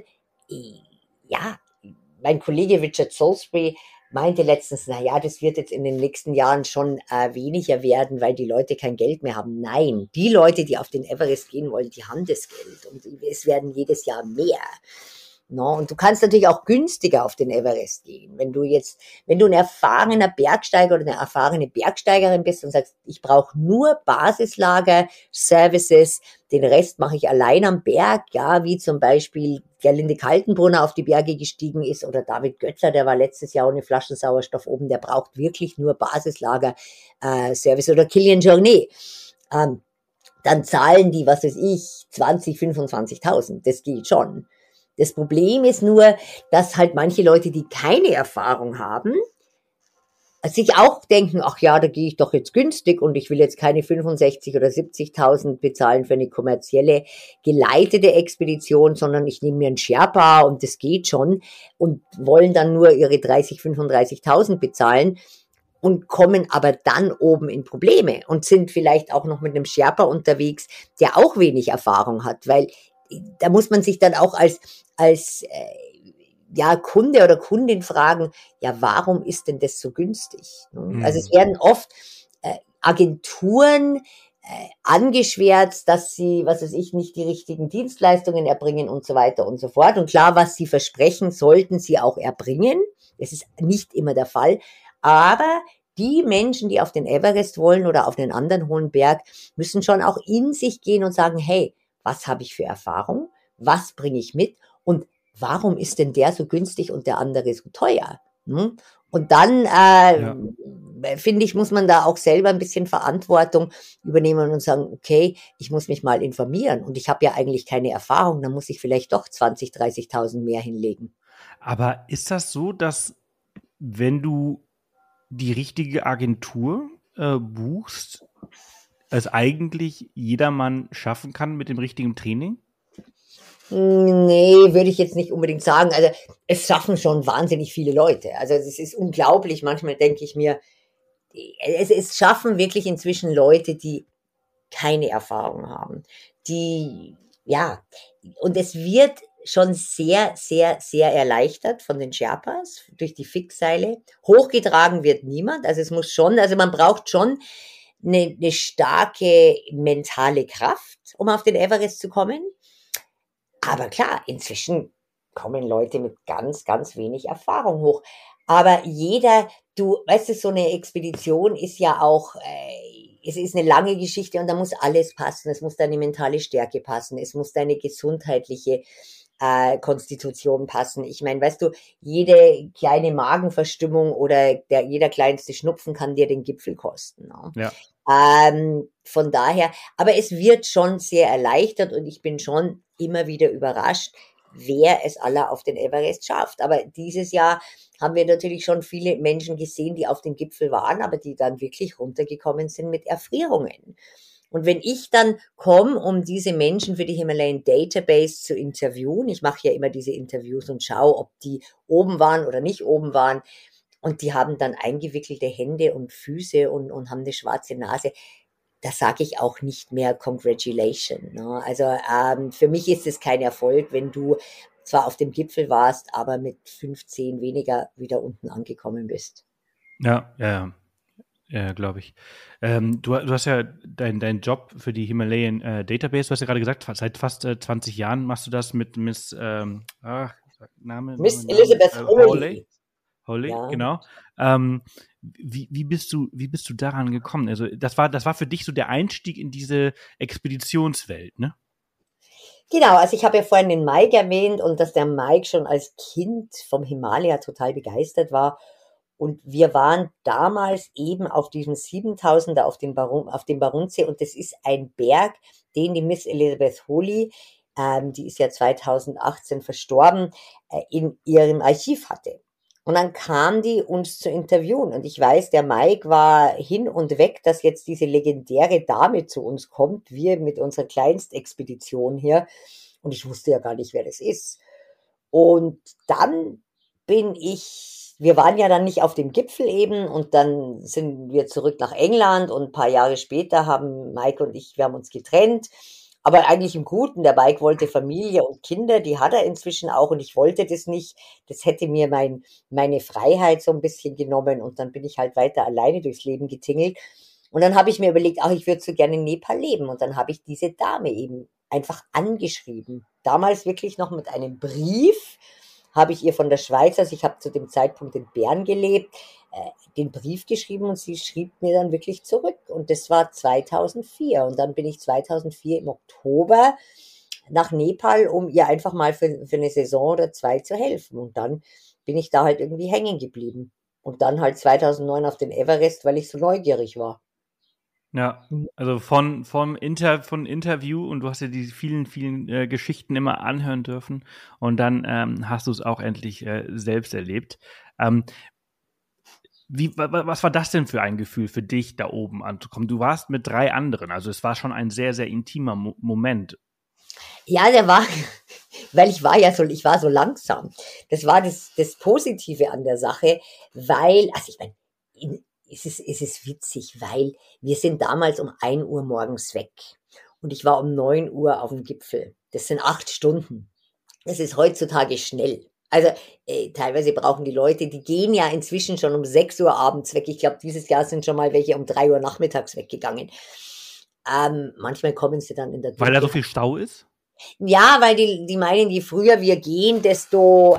ja, mein Kollege Richard Salisbury meinte letztens, naja, das wird jetzt in den nächsten Jahren schon weniger werden, weil die Leute kein Geld mehr haben. Nein, die Leute, die auf den Everest gehen wollen, die haben das Geld und es werden jedes Jahr mehr. No? Und du kannst natürlich auch günstiger auf den Everest gehen. Wenn du ein erfahrener Bergsteiger oder eine erfahrene Bergsteigerin bist und sagst, ich brauche nur Basislager, Services, den Rest mache ich allein am Berg, ja, wie zum Beispiel Gerlinde Kaltenbrunner auf die Berge gestiegen ist oder David Götzler, der war letztes Jahr ohne Flaschensauerstoff oben, der braucht wirklich nur Basislager, Service oder Kilian Jornet. Dann zahlen die, was weiß ich, 20, 25.000. Das geht schon. Das Problem ist nur, dass halt manche Leute, die keine Erfahrung haben, sich auch denken, ach ja, da gehe ich doch jetzt günstig und ich will jetzt keine 65 oder 70.000 bezahlen für eine kommerzielle geleitete Expedition, sondern ich nehme mir einen Sherpa und das geht schon und wollen dann nur ihre 30, 35.000 bezahlen und kommen aber dann oben in Probleme und sind vielleicht auch noch mit einem Sherpa unterwegs, der auch wenig Erfahrung hat, weil da muss man sich dann auch als Kunde oder Kundin fragen, ja, warum ist denn das so günstig? Also es werden oft Agenturen angeschwärzt, dass sie, was weiß ich, nicht die richtigen Dienstleistungen erbringen und so weiter und so fort. Und klar, was sie versprechen, sollten sie auch erbringen. Das ist nicht immer der Fall. Aber die Menschen, die auf den Everest wollen oder auf einen anderen hohen Berg, müssen schon auch in sich gehen und sagen, hey, was habe ich für Erfahrung? Was bringe ich mit? Und warum ist denn der so günstig und der andere so teuer? Und dann, finde ich, muss man da auch selber ein bisschen Verantwortung übernehmen und sagen, okay, ich muss mich mal informieren und ich habe ja eigentlich keine Erfahrung, dann muss ich vielleicht doch 20, 30.000 mehr hinlegen. Aber ist das so, dass wenn du die richtige Agentur buchst, es eigentlich jedermann schaffen kann mit dem richtigen Training? Nee, würde ich jetzt nicht unbedingt sagen. Also es schaffen schon wahnsinnig viele Leute. Also es ist unglaublich. Manchmal denke ich mir, es schaffen wirklich inzwischen Leute, die keine Erfahrung haben. Und es wird schon sehr, sehr, sehr erleichtert von den Sherpas durch die Fixseile. Hochgetragen wird niemand. Also man braucht schon eine starke mentale Kraft, um auf den Everest zu kommen. Aber klar, inzwischen kommen Leute mit ganz, ganz wenig Erfahrung hoch. Aber du weißt, so eine Expedition ist ja auch, es ist eine lange Geschichte und da muss alles passen. Es muss deine mentale Stärke passen. Es muss deine gesundheitliche Konstitution passen. Ich meine, weißt du, jede kleine Magenverstimmung oder jeder kleinste Schnupfen kann dir den Gipfel kosten. Ne? Ja. Von daher, aber es wird schon sehr erleichtert und ich bin schon immer wieder überrascht, wer es aller auf den Everest schafft. Aber dieses Jahr haben wir natürlich schon viele Menschen gesehen, die auf dem Gipfel waren, aber die dann wirklich runtergekommen sind mit Erfrierungen. Und wenn ich dann komme, um diese Menschen für die Himalayan Database zu interviewen, ich mache ja immer diese Interviews und schaue, ob die oben waren oder nicht oben waren, und die haben dann eingewickelte Hände und Füße und haben eine schwarze Nase, da sage ich auch nicht mehr Congratulations. Ne? Also für mich ist es kein Erfolg, wenn du zwar auf dem Gipfel warst, aber mit 15 weniger wieder unten angekommen bist. Ja, glaube ich. Du hast ja deinen Job für die Himalayan Database, du hast ja gerade gesagt, seit fast 20 Jahren machst du das mit Miss Elizabeth Hawley, ja. Genau. Wie bist du daran gekommen? Also das war für dich so der Einstieg in diese Expeditionswelt, ne? Genau, also ich habe ja vorhin den Mike erwähnt und dass der Mike schon als Kind vom Himalaya total begeistert war. Und wir waren damals eben auf diesem 7000er auf dem Baruntsee und das ist ein Berg, den die Miss Elizabeth Hawley, die ist ja 2018 verstorben, in ihrem Archiv hatte. Und dann kam die uns zu interviewen und ich weiß, der Mike war hin und weg, dass jetzt diese legendäre Dame zu uns kommt, wir mit unserer Kleinstexpedition hier und ich wusste ja gar nicht, wer das ist. Und dann wir waren ja dann nicht auf dem Gipfel eben und dann sind wir zurück nach England und ein paar Jahre später haben Mike und wir haben uns getrennt. Aber eigentlich im Guten, der Mike wollte Familie und Kinder, die hat er inzwischen auch und ich wollte das nicht. Das hätte mir meine Freiheit so ein bisschen genommen und dann bin ich halt weiter alleine durchs Leben getingelt. Und dann habe ich mir überlegt, ach, ich würde so gerne in Nepal leben und dann habe ich diese Dame eben einfach angeschrieben. Damals wirklich noch mit einem Brief habe ich ihr von der Schweiz, also ich habe zu dem Zeitpunkt in Bern gelebt, den Brief geschrieben und sie schrieb mir dann wirklich zurück. Und das war 2004. Und dann bin ich 2004 im Oktober nach Nepal, um ihr einfach mal für eine Saison oder zwei zu helfen. Und dann bin ich da halt irgendwie hängen geblieben. Und dann halt 2009 auf den Everest, weil ich so neugierig war. Ja, also von Interview, und du hast ja die vielen Geschichten immer anhören dürfen, und dann hast du es auch endlich selbst erlebt. Was war das denn für ein Gefühl für dich, da oben anzukommen? Du warst mit 3 anderen, also es war schon ein sehr, sehr intimer Moment. Ja, weil ich war so langsam. Das war das Positive an der Sache, weil, also ich meine, es ist witzig, weil wir sind damals um 1 Uhr morgens weg und ich war um 9 Uhr auf dem Gipfel. Das sind 8 Stunden. Das ist heutzutage schnell. Also teilweise brauchen die Leute, die gehen ja inzwischen schon um 6 Uhr abends weg. Ich glaube, dieses Jahr sind schon mal welche um 3 Uhr nachmittags weggegangen. Manchmal kommen sie dann in der Weil da so viel Stau ist? Ja, weil die meinen, je früher wir gehen, desto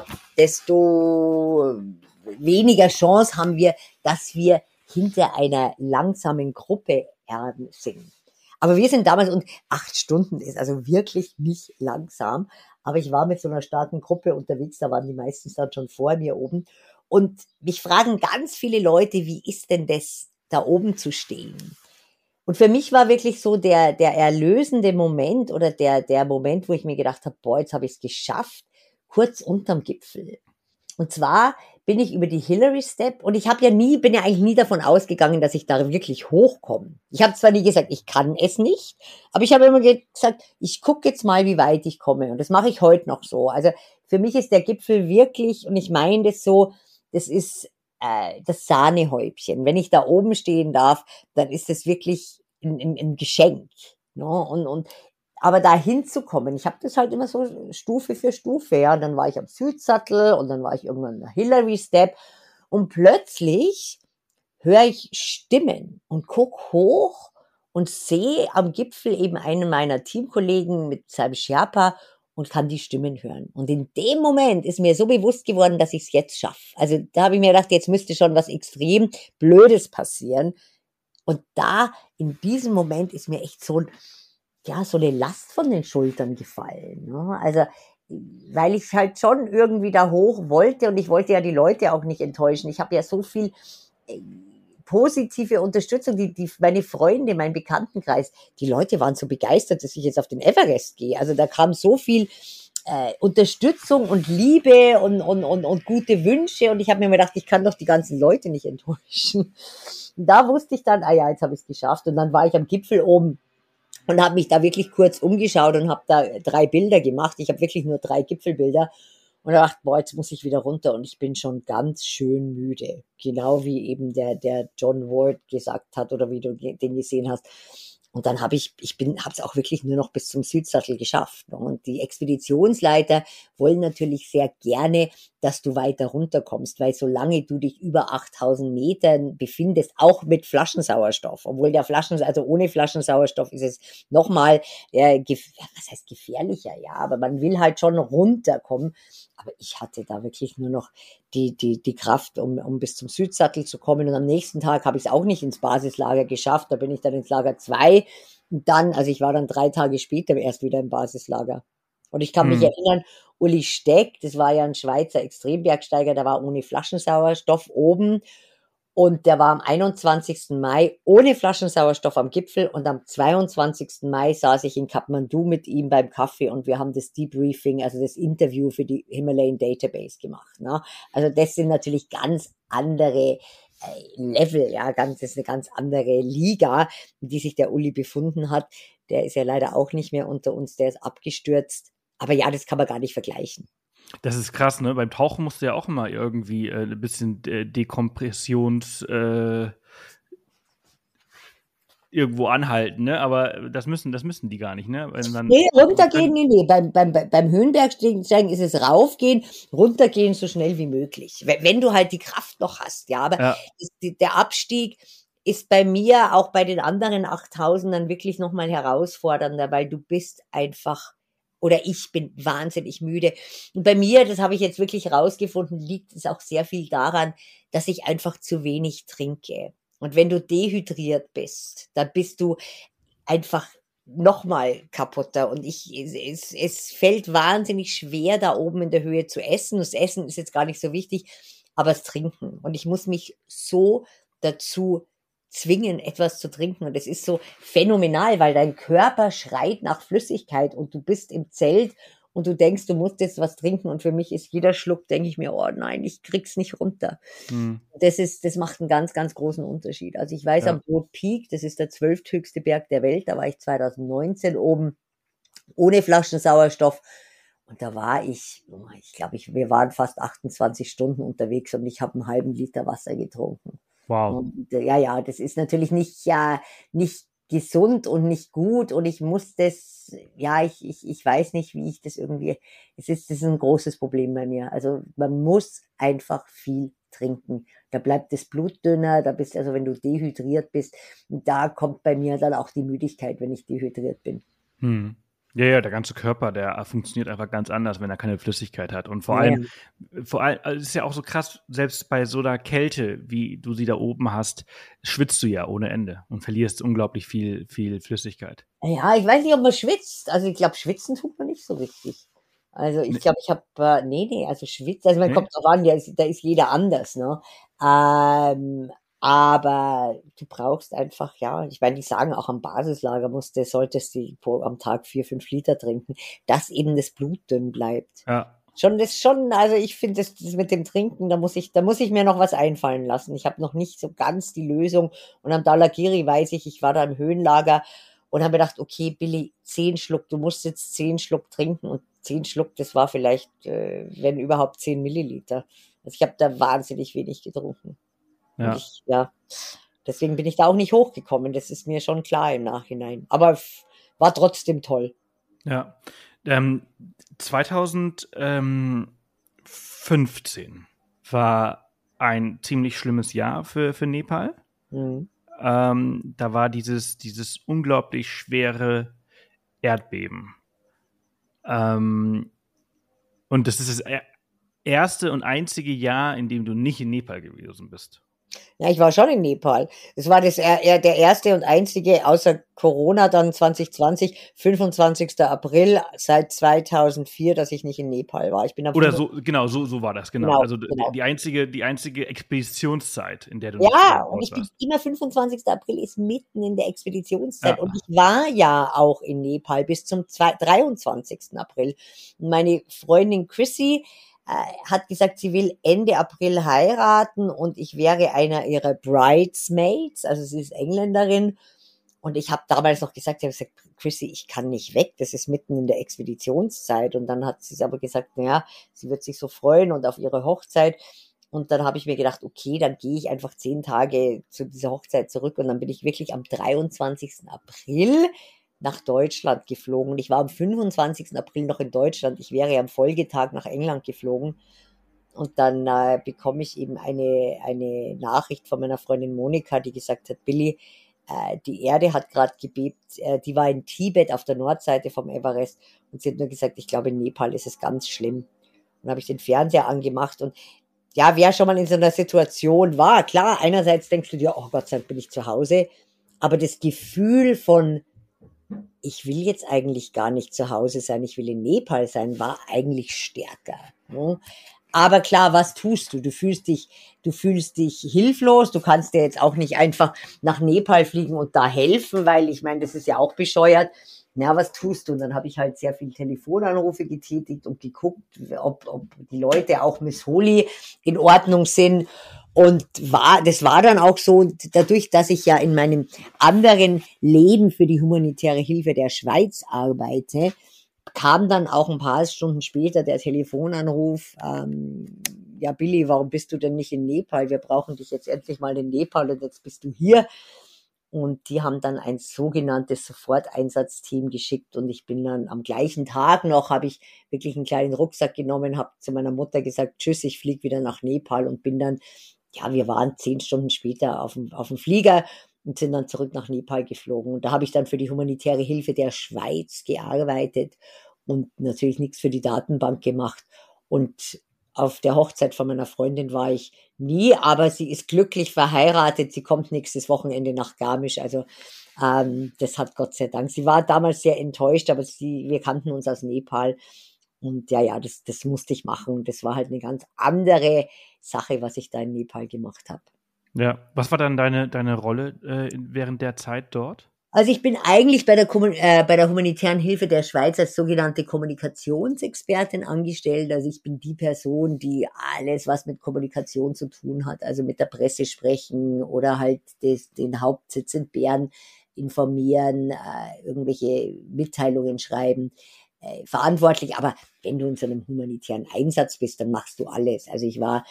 weniger Chance haben wir, dass wir hinter einer langsamen Gruppe sind. Aber wir sind damals, und 8 Stunden ist also wirklich nicht langsam, aber ich war mit so einer starken Gruppe unterwegs, da waren die meisten dann schon vor mir oben. Und mich fragen ganz viele Leute, wie ist denn das, da oben zu stehen? Und für mich war wirklich so der erlösende Moment oder der Moment, wo ich mir gedacht habe, boah, jetzt habe ich es geschafft, kurz unterm Gipfel. Und zwar bin ich über die Hillary Step und bin ja eigentlich nie davon ausgegangen, dass ich da wirklich hochkomme. Ich habe zwar nie gesagt, ich kann es nicht, aber ich habe immer gesagt, ich gucke jetzt mal, wie weit ich komme. Und das mache ich heute noch so. Also für mich ist der Gipfel wirklich, und ich meine das so, das ist das Sahnehäubchen. Wenn ich da oben stehen darf, dann ist das wirklich ein Geschenk. Ne? Aber da hinzukommen, ich habe das halt immer so Stufe für Stufe, ja. Und dann war ich am Südsattel und dann war ich irgendwann in der Hillary Step und plötzlich höre ich Stimmen und guck hoch und sehe am Gipfel eben einen meiner Teamkollegen mit seinem Sherpa und kann die Stimmen hören. Und in dem Moment ist mir so bewusst geworden, dass ich es jetzt schaffe. Also da habe ich mir gedacht, jetzt müsste schon was extrem Blödes passieren. Und da, in diesem Moment, ist mir echt so eine Last von den Schultern gefallen. Ne? Also, weil ich halt schon irgendwie da hoch wollte und ich wollte ja die Leute auch nicht enttäuschen. Ich habe ja so viel positive Unterstützung, meine Freunde, mein Bekanntenkreis, die Leute waren so begeistert, dass ich jetzt auf den Everest gehe. Also da kam so viel Unterstützung und Liebe und gute Wünsche und ich habe mir gedacht, ich kann doch die ganzen Leute nicht enttäuschen. Und da wusste ich dann, ja, jetzt habe ich es geschafft und dann war ich am Gipfel oben und habe mich da wirklich kurz umgeschaut und habe da 3 Bilder gemacht. Ich habe wirklich nur 3 Gipfelbilder und dachte, boah, jetzt muss ich wieder runter und ich bin schon ganz schön müde. Genau wie eben der John Ward gesagt hat oder wie du den gesehen hast. Und dann habe es auch wirklich nur noch bis zum Südsattel geschafft. Und die Expeditionsleiter wollen natürlich sehr gerne, dass du weiter runterkommst, weil solange du dich über 8000 Metern befindest, auch mit Flaschensauerstoff, obwohl also ohne Flaschensauerstoff ist es nochmal, was heißt gefährlicher, ja, aber man will halt schon runterkommen. Aber ich hatte da wirklich nur noch die Kraft, um bis zum Südsattel zu kommen. Und am nächsten Tag habe ich es auch nicht ins Basislager geschafft. Da bin ich dann ins Lager 2. Und dann, also ich war dann 3 Tage später erst wieder im Basislager. Und ich kann mich erinnern, Uli Steck, das war ja ein Schweizer Extrembergsteiger, der war ohne Flaschensauerstoff oben. Und der war am 21. Mai ohne Flaschensauerstoff am Gipfel und am 22. Mai saß ich in Kathmandu mit ihm beim Kaffee und wir haben das Debriefing, also das Interview für die Himalayan Database gemacht. Ne? Also das sind natürlich ganz andere Level, ja, das ist eine ganz andere Liga, in die sich der Uli befunden hat. Der ist ja leider auch nicht mehr unter uns, der ist abgestürzt. Aber ja, das kann man gar nicht vergleichen. Das ist krass, ne? Beim Tauchen musst du ja auch immer irgendwie ein bisschen Dekompressions irgendwo anhalten, ne? Aber das müssen die gar nicht, ne? Nee, runtergehen, nee. Beim Höhenbergsteigen ist es raufgehen, runtergehen so schnell wie möglich. Wenn du halt die Kraft noch hast, ja. Aber der Abstieg ist bei mir auch bei den anderen 8.000 dann wirklich nochmal herausfordernder, weil du bist einfach, oder ich bin wahnsinnig müde. Und bei mir, das habe ich jetzt wirklich rausgefunden, liegt es auch sehr viel daran, dass ich einfach zu wenig trinke. Und wenn du dehydriert bist, dann bist du einfach nochmal kaputter. Und es fällt wahnsinnig schwer, da oben in der Höhe zu essen. Das Essen ist jetzt gar nicht so wichtig, aber das Trinken. Und ich muss mich so dazu zwingen, etwas zu trinken. Und es ist so phänomenal, weil dein Körper schreit nach Flüssigkeit und du bist im Zelt und du denkst, du musst jetzt was trinken. Und für mich ist jeder Schluck, denke ich mir, oh nein, ich krieg's nicht runter. Hm. Das macht einen ganz, ganz großen Unterschied. Also ich weiß, am Broad Peak, das ist der 12. Berg der Welt, da war ich 2019 oben, ohne Flaschen Sauerstoff. Und da war ich glaube, wir waren fast 28 Stunden unterwegs und ich habe einen halben Liter Wasser getrunken. Wow. Und ja, das ist natürlich nicht gesund und nicht gut und ich muss das, ich weiß nicht, wie ich das irgendwie, das ist ein großes Problem bei mir. Also man muss einfach viel trinken. Da bleibt das Blut dünner, also wenn du dehydriert bist, da kommt bei mir dann auch die Müdigkeit, wenn ich dehydriert bin. Hm. Ja, der ganze Körper, der funktioniert einfach ganz anders, wenn er keine Flüssigkeit hat. Und vor allem, also es ist ja auch so krass, selbst bei so einer Kälte, wie du sie da oben hast, schwitzt du ja ohne Ende und verlierst unglaublich viel Flüssigkeit. Ja, ich weiß nicht, ob man schwitzt. Also ich glaube, schwitzen tut man nicht so richtig. Also ich glaube, ich habe, also schwitzt, also man kommt drauf an, da ist jeder anders, ne? Aber du brauchst einfach, ich meine, die sagen auch am Basislager solltest du am Tag 4, 5 Liter trinken, dass eben das Blut dünn bleibt. Ja. Also ich finde das mit dem Trinken, da muss ich mir noch was einfallen lassen. Ich habe noch nicht so ganz die Lösung. Und am Dhaulagiri weiß ich war da im Höhenlager und habe mir gedacht, okay, Billy, 10 Schluck, du musst jetzt 10 Schluck trinken und 10 Schluck, das war vielleicht, wenn überhaupt 10 Milliliter. Also ich habe da wahnsinnig wenig getrunken. Ja. Und deswegen bin ich da auch nicht hochgekommen. Das ist mir schon klar im Nachhinein. Aber war trotzdem toll. Ja. 2015 war ein ziemlich schlimmes Jahr für Nepal. Mhm. Da war dieses unglaublich schwere Erdbeben. Und das ist das erste und einzige Jahr, in dem du nicht in Nepal gewesen bist. Ja, ich war schon in Nepal. Es war der erste und einzige, außer Corona dann 2020, 25. April seit 2004, dass ich nicht in Nepal war. Ich bin Oder so, genau, so war das, genau. Also genau. die einzige Expeditionszeit, in der du Ja, nicht und ich bin warst. immer 25. April ist mitten in der Expeditionszeit. Ja. Und ich war ja auch in Nepal bis zum 23. April. Und meine Freundin Chrissy hat gesagt, sie will Ende April heiraten und ich wäre einer ihrer Bridesmaids, also sie ist Engländerin. Und ich habe damals noch gesagt, ich habe gesagt, Chrissy, ich kann nicht weg, das ist mitten in der Expeditionszeit. Und dann hat sie aber gesagt, sie wird sich so freuen und auf ihre Hochzeit. Und dann habe ich mir gedacht, okay, dann gehe ich einfach 10 Tage zu dieser Hochzeit zurück. Und dann bin ich wirklich am 23. April nach Deutschland geflogen. Und ich war am 25. April noch in Deutschland. Ich wäre am Folgetag nach England geflogen. Und dann bekomme ich eben eine Nachricht von meiner Freundin Monika, die gesagt hat, Billy, die Erde hat gerade gebebt. Die war in Tibet auf der Nordseite vom Everest. Und sie hat nur gesagt, ich glaube, in Nepal ist es ganz schlimm. Und dann habe ich den Fernseher angemacht und wer schon mal in so einer Situation war, klar, einerseits denkst du dir, oh Gott sei Dank bin ich zu Hause, aber das Gefühl von, ich will jetzt eigentlich gar nicht zu Hause sein, ich will in Nepal sein, war eigentlich stärker. Ne? Aber klar, was tust du? Du fühlst dich hilflos, du kannst dir jetzt auch nicht einfach nach Nepal fliegen und da helfen, weil ich meine, das ist ja auch bescheuert. Was tust du? Und dann habe ich halt sehr viel Telefonanrufe getätigt und geguckt, ob die Leute, auch Miss Holy, in Ordnung sind. Und das war dann auch so, dadurch, dass ich ja in meinem anderen Leben für die humanitäre Hilfe der Schweiz arbeite, kam dann auch ein paar Stunden später der Telefonanruf, Billy, warum bist du denn nicht in Nepal? Wir brauchen dich jetzt endlich mal in Nepal und jetzt bist du hier. Und die haben dann ein sogenanntes Soforteinsatzteam geschickt und ich bin dann am gleichen Tag noch, habe ich wirklich einen kleinen Rucksack genommen, habe zu meiner Mutter gesagt, tschüss, ich fliege wieder nach Nepal und bin dann ja, wir waren 10 Stunden später auf dem Flieger und sind dann zurück nach Nepal geflogen. Und da habe ich dann für die humanitäre Hilfe der Schweiz gearbeitet und natürlich nichts für die Datenbank gemacht. Und auf der Hochzeit von meiner Freundin war ich nie, aber sie ist glücklich verheiratet. Sie kommt nächstes Wochenende nach Garmisch. Also das hat Gott sei Dank. Sie war damals sehr enttäuscht, aber wir kannten uns aus Nepal. Und ja, das musste ich machen. Das war halt eine ganz andere Sache, was ich da in Nepal gemacht habe. Ja, was war dann deine Rolle während der Zeit dort? Also ich bin eigentlich bei der humanitären Hilfe der Schweiz als sogenannte Kommunikationsexpertin angestellt. Also ich bin die Person, die alles, was mit Kommunikation zu tun hat, also mit der Presse sprechen oder halt den Hauptsitz in Bern informieren, irgendwelche Mitteilungen schreiben, verantwortlich. Aber wenn du in so einem humanitären Einsatz bist, dann machst du alles. Also ich war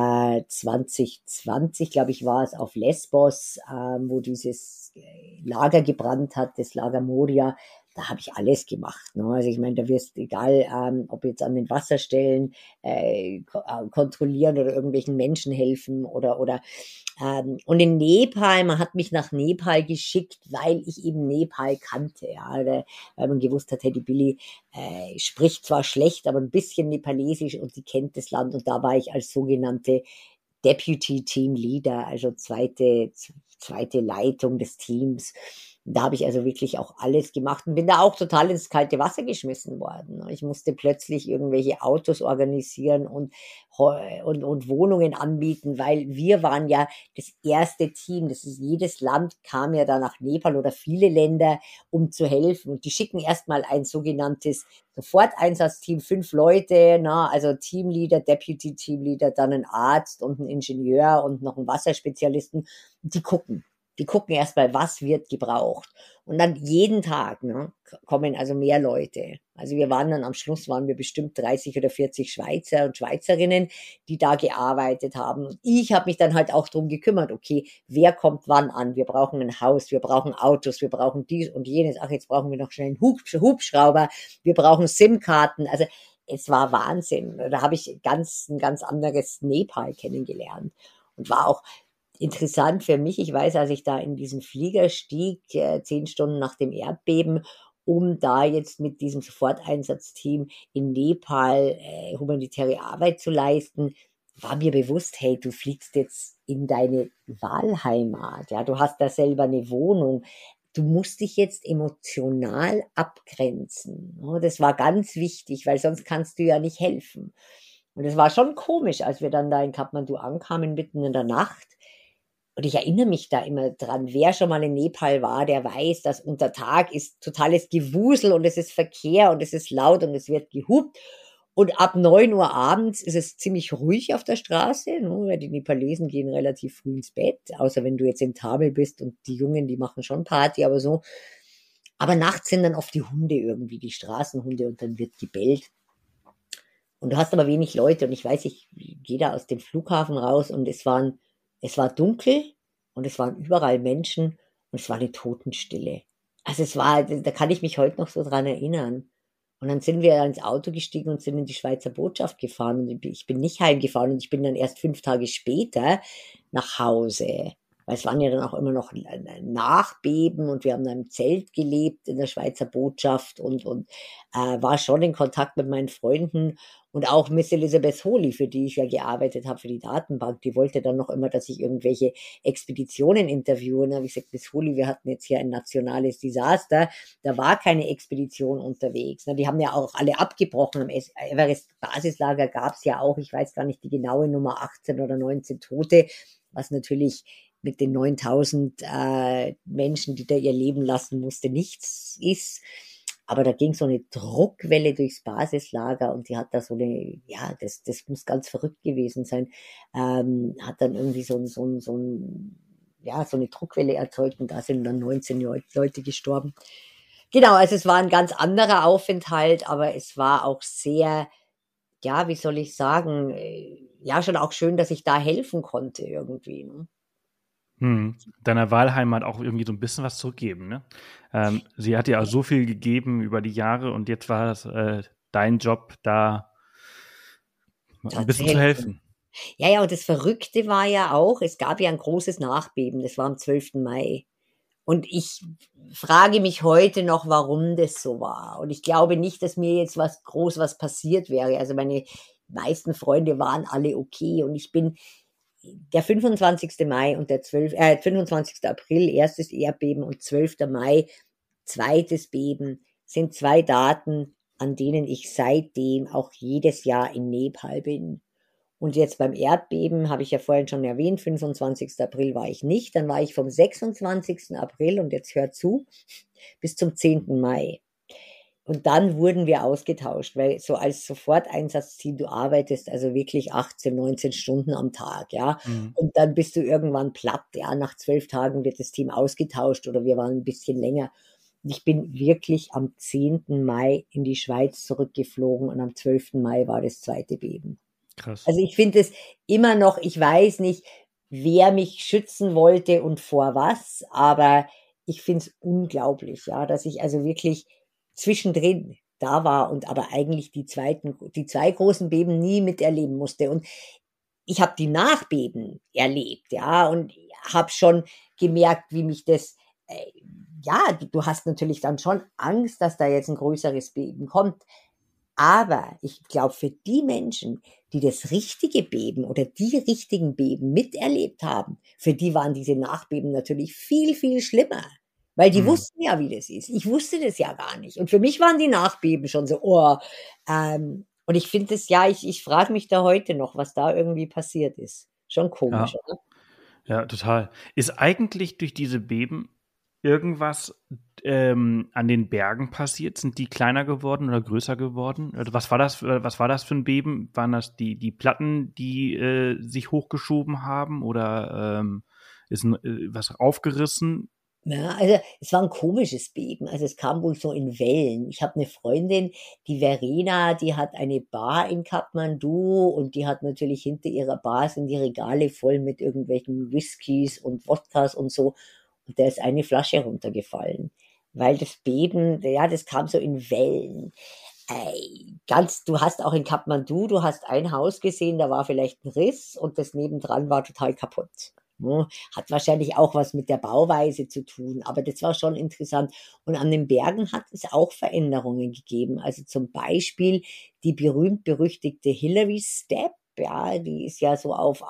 2020, glaube ich, war es auf Lesbos, wo dieses Lager gebrannt hat, das Lager Moria. Da habe ich alles gemacht. Ne? Also ich meine, da wirst egal, ob jetzt an den Wasserstellen kontrollieren oder irgendwelchen Menschen helfen oder und in Nepal, man hat mich nach Nepal geschickt, weil ich eben Nepal kannte, ja, weil man gewusst hat, hey, die Billy spricht zwar schlecht, aber ein bisschen Nepalesisch und sie kennt das Land und da war ich als sogenannte Deputy Team Leader, also zweite Leitung des Teams. Da habe ich also wirklich auch alles gemacht und bin da auch total ins kalte Wasser geschmissen worden. Ich musste plötzlich irgendwelche Autos organisieren und Wohnungen anbieten, weil wir waren ja das erste Team. Das ist, jedes Land kam ja da nach Nepal oder viele Länder, um zu helfen. Und die schicken erstmal ein sogenanntes Soforteinsatzteam, 5 Leute, also Teamleader, Deputy Teamleader, dann ein Arzt und ein Ingenieur und noch ein Wasserspezialisten. Die gucken. Die gucken erstmal, was wird gebraucht. Und dann jeden Tag kommen also mehr Leute. Also am Schluss waren wir bestimmt 30 oder 40 Schweizer und Schweizerinnen, die da gearbeitet haben. Und ich habe mich dann halt auch drum gekümmert, okay, wer kommt wann an? Wir brauchen ein Haus, wir brauchen Autos, wir brauchen dies und jenes. Ach, jetzt brauchen wir noch schnell einen Hubschrauber, wir brauchen SIM-Karten. Also es war Wahnsinn. Da habe ich ein ganz anderes Nepal kennengelernt und war auch interessant für mich. Ich weiß, als ich da in diesen Flieger stieg, 10 Stunden nach dem Erdbeben, um da jetzt mit diesem Soforteinsatzteam in Nepal humanitäre Arbeit zu leisten, war mir bewusst, hey, du fliegst jetzt in deine Wahlheimat, ja, du hast da selber eine Wohnung, du musst dich jetzt emotional abgrenzen. Das war ganz wichtig, weil sonst kannst du ja nicht helfen. Und es war schon komisch, als wir dann da in Kathmandu ankamen, mitten in der Nacht. Und ich erinnere mich da immer dran, wer schon mal in Nepal war, der weiß, dass unter Tag ist totales Gewusel und es ist Verkehr und es ist laut und es wird gehupt. Und ab 9 Uhr abends ist es ziemlich ruhig auf der Straße, weil die Nepalesen gehen relativ früh ins Bett, außer wenn du jetzt in Tamil bist und die Jungen, die machen schon Party, aber so. Aber nachts sind dann oft die Hunde irgendwie, die Straßenhunde und dann wird gebellt. Und du hast aber wenig Leute und ich weiß, ich gehe da aus dem Flughafen raus und es war dunkel und es waren überall Menschen und es war eine Totenstille. Also da kann ich mich heute noch so dran erinnern. Und dann sind wir ins Auto gestiegen und sind in die Schweizer Botschaft gefahren und ich bin nicht heimgefahren und ich bin dann erst 5 Tage später nach Hause. Weil es waren ja dann auch immer noch Nachbeben und wir haben da im Zelt gelebt in der Schweizer Botschaft und war schon in Kontakt mit meinen Freunden und auch Miss Elizabeth Holy, für die ich ja gearbeitet habe, für die Datenbank, die wollte dann noch immer, dass ich irgendwelche Expeditionen interviewe. Und dann habe ich gesagt, Miss Holy, wir hatten jetzt hier ein nationales Desaster, da war keine Expedition unterwegs. Die haben ja auch alle abgebrochen. Am Everest-Basislager gab es ja auch, ich weiß gar nicht die genaue Nummer, 18 oder 19 Tote, was natürlich mit den 9000 Menschen, die da ihr Leben lassen musste, nichts ist. Aber da ging so eine Druckwelle durchs Basislager und die hat da so eine, ja, das muss ganz verrückt gewesen sein, hat dann irgendwie so eine Druckwelle erzeugt und da sind dann 19 Leute gestorben. Genau, also es war ein ganz anderer Aufenthalt, aber es war auch sehr, ja, wie soll ich sagen, ja, schon auch schön, dass ich da helfen konnte irgendwie. Ne? Deiner Wahlheimat auch irgendwie so ein bisschen was zurückgeben, ne? Sie hat ja auch so viel gegeben über die Jahre und jetzt war es dein Job, da ein bisschen zu helfen. Ja, ja, und das Verrückte war ja auch, es gab ja ein großes Nachbeben, das war am 12. Mai. Und ich frage mich heute noch, warum das so war. Und ich glaube nicht, dass mir jetzt was passiert wäre. Also meine meisten Freunde waren alle okay. Und ich bin der 25. Mai und der 25. April, erstes Erdbeben und 12. Mai, zweites Beben, sind zwei Daten, an denen ich seitdem auch jedes Jahr in Nepal bin. Und jetzt beim Erdbeben habe ich ja vorhin schon erwähnt, 25. April war ich nicht, dann war ich vom 26. April und jetzt hört zu, bis zum 10. Mai. Und dann wurden wir ausgetauscht, weil so als Soforteinsatzteam, du arbeitest also wirklich 18, 19 Stunden am Tag, ja. Mhm. Und dann bist du irgendwann platt, ja. Nach 12 Tagen wird das Team ausgetauscht oder wir waren ein bisschen länger. Und ich bin wirklich am 10. Mai in die Schweiz zurückgeflogen und am 12. Mai war das zweite Beben. Krass. Also ich finde es immer noch, ich weiß nicht, wer mich schützen wollte und vor was, aber ich finde es unglaublich, ja, dass ich also wirklich zwischendrin da war und aber eigentlich die zwei großen Beben nie miterleben musste. Und ich habe die Nachbeben erlebt, ja, und habe schon gemerkt, wie mich das, äh, ja, du hast natürlich dann schon Angst, dass da jetzt ein größeres Beben kommt. Aber ich glaube, für die Menschen, die das richtige Beben oder die richtigen Beben miterlebt haben, für die waren diese Nachbeben natürlich viel, viel schlimmer. Weil die Mhm. wussten ja, wie das ist. Ich wusste das ja gar nicht. Und für mich waren die Nachbeben schon so, oh. Und ich finde es, ja, ich frage mich da heute noch, was da irgendwie passiert ist. Schon komisch, Ja. oder? Ja, total. Ist eigentlich durch diese Beben irgendwas an den Bergen passiert? Sind die kleiner geworden oder größer geworden? Also was war das für ein Beben? Waren das die Platten, die sich hochgeschoben haben oder ist was aufgerissen? Ja, also es war ein komisches Beben. Also, es kam wohl so in Wellen. Ich habe eine Freundin, die Verena, die hat eine Bar in Kathmandu und die hat natürlich hinter ihrer Bar sind die Regale voll mit irgendwelchen Whiskys und Wodkas und so. Und da ist eine Flasche runtergefallen, weil das Beben, ja, das kam so in Wellen. Du hast auch in Kathmandu, du hast ein Haus gesehen, da war vielleicht ein Riss und das nebendran war total kaputt. Ne? Hat wahrscheinlich auch was mit der Bauweise zu tun, aber das war schon interessant. Und an den Bergen hat es auch Veränderungen gegeben. Also zum Beispiel die berühmt-berüchtigte Hillary Step, ja, die ist ja so auf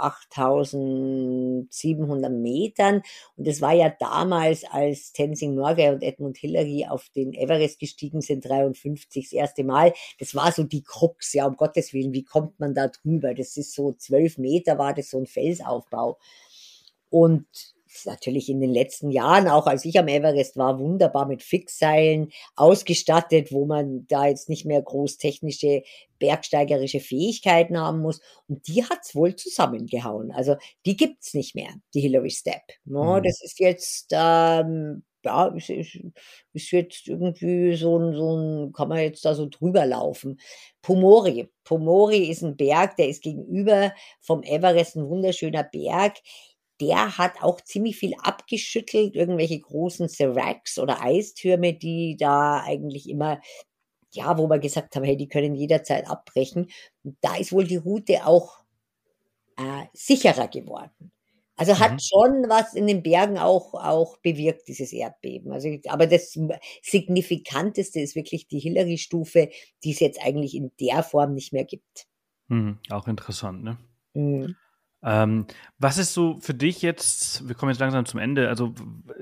8.700 Metern. Und das war ja damals, als Tenzing Norgay und Edmund Hillary auf den Everest gestiegen sind, 53 das erste Mal. Das war so die Krux, ja, um Gottes Willen, wie kommt man da drüber? Das ist so 12 Meter war das so ein Felsaufbau. Und natürlich in den letzten Jahren, auch als ich am Everest war, wunderbar mit Fixseilen ausgestattet, wo man da jetzt nicht mehr groß technische, bergsteigerische Fähigkeiten haben muss. Und die hat's wohl zusammengehauen. Also die gibt's nicht mehr, die Hillary Step. No, Mhm. das ist jetzt, ja, ist jetzt irgendwie kann man jetzt da so drüber laufen. Pomori. Pomori ist ein Berg, der ist gegenüber vom Everest ein wunderschöner Berg. Der hat auch ziemlich viel abgeschüttelt, irgendwelche großen Seracs oder Eistürme, die da eigentlich immer ja, wo wir gesagt haben: „Hey, die können jederzeit abbrechen.“ Und da ist wohl die Route auch, sicherer geworden. Also, hat Mhm. schon was in den Bergen auch bewirkt, dieses Erdbeben. Also, aber das Signifikanteste ist wirklich die Hillary-Stufe, die es jetzt eigentlich in der Form nicht mehr gibt. Mhm. Auch interessant, ne? Mhm. Ähm, was ist so für dich jetzt, wir kommen jetzt langsam zum Ende, also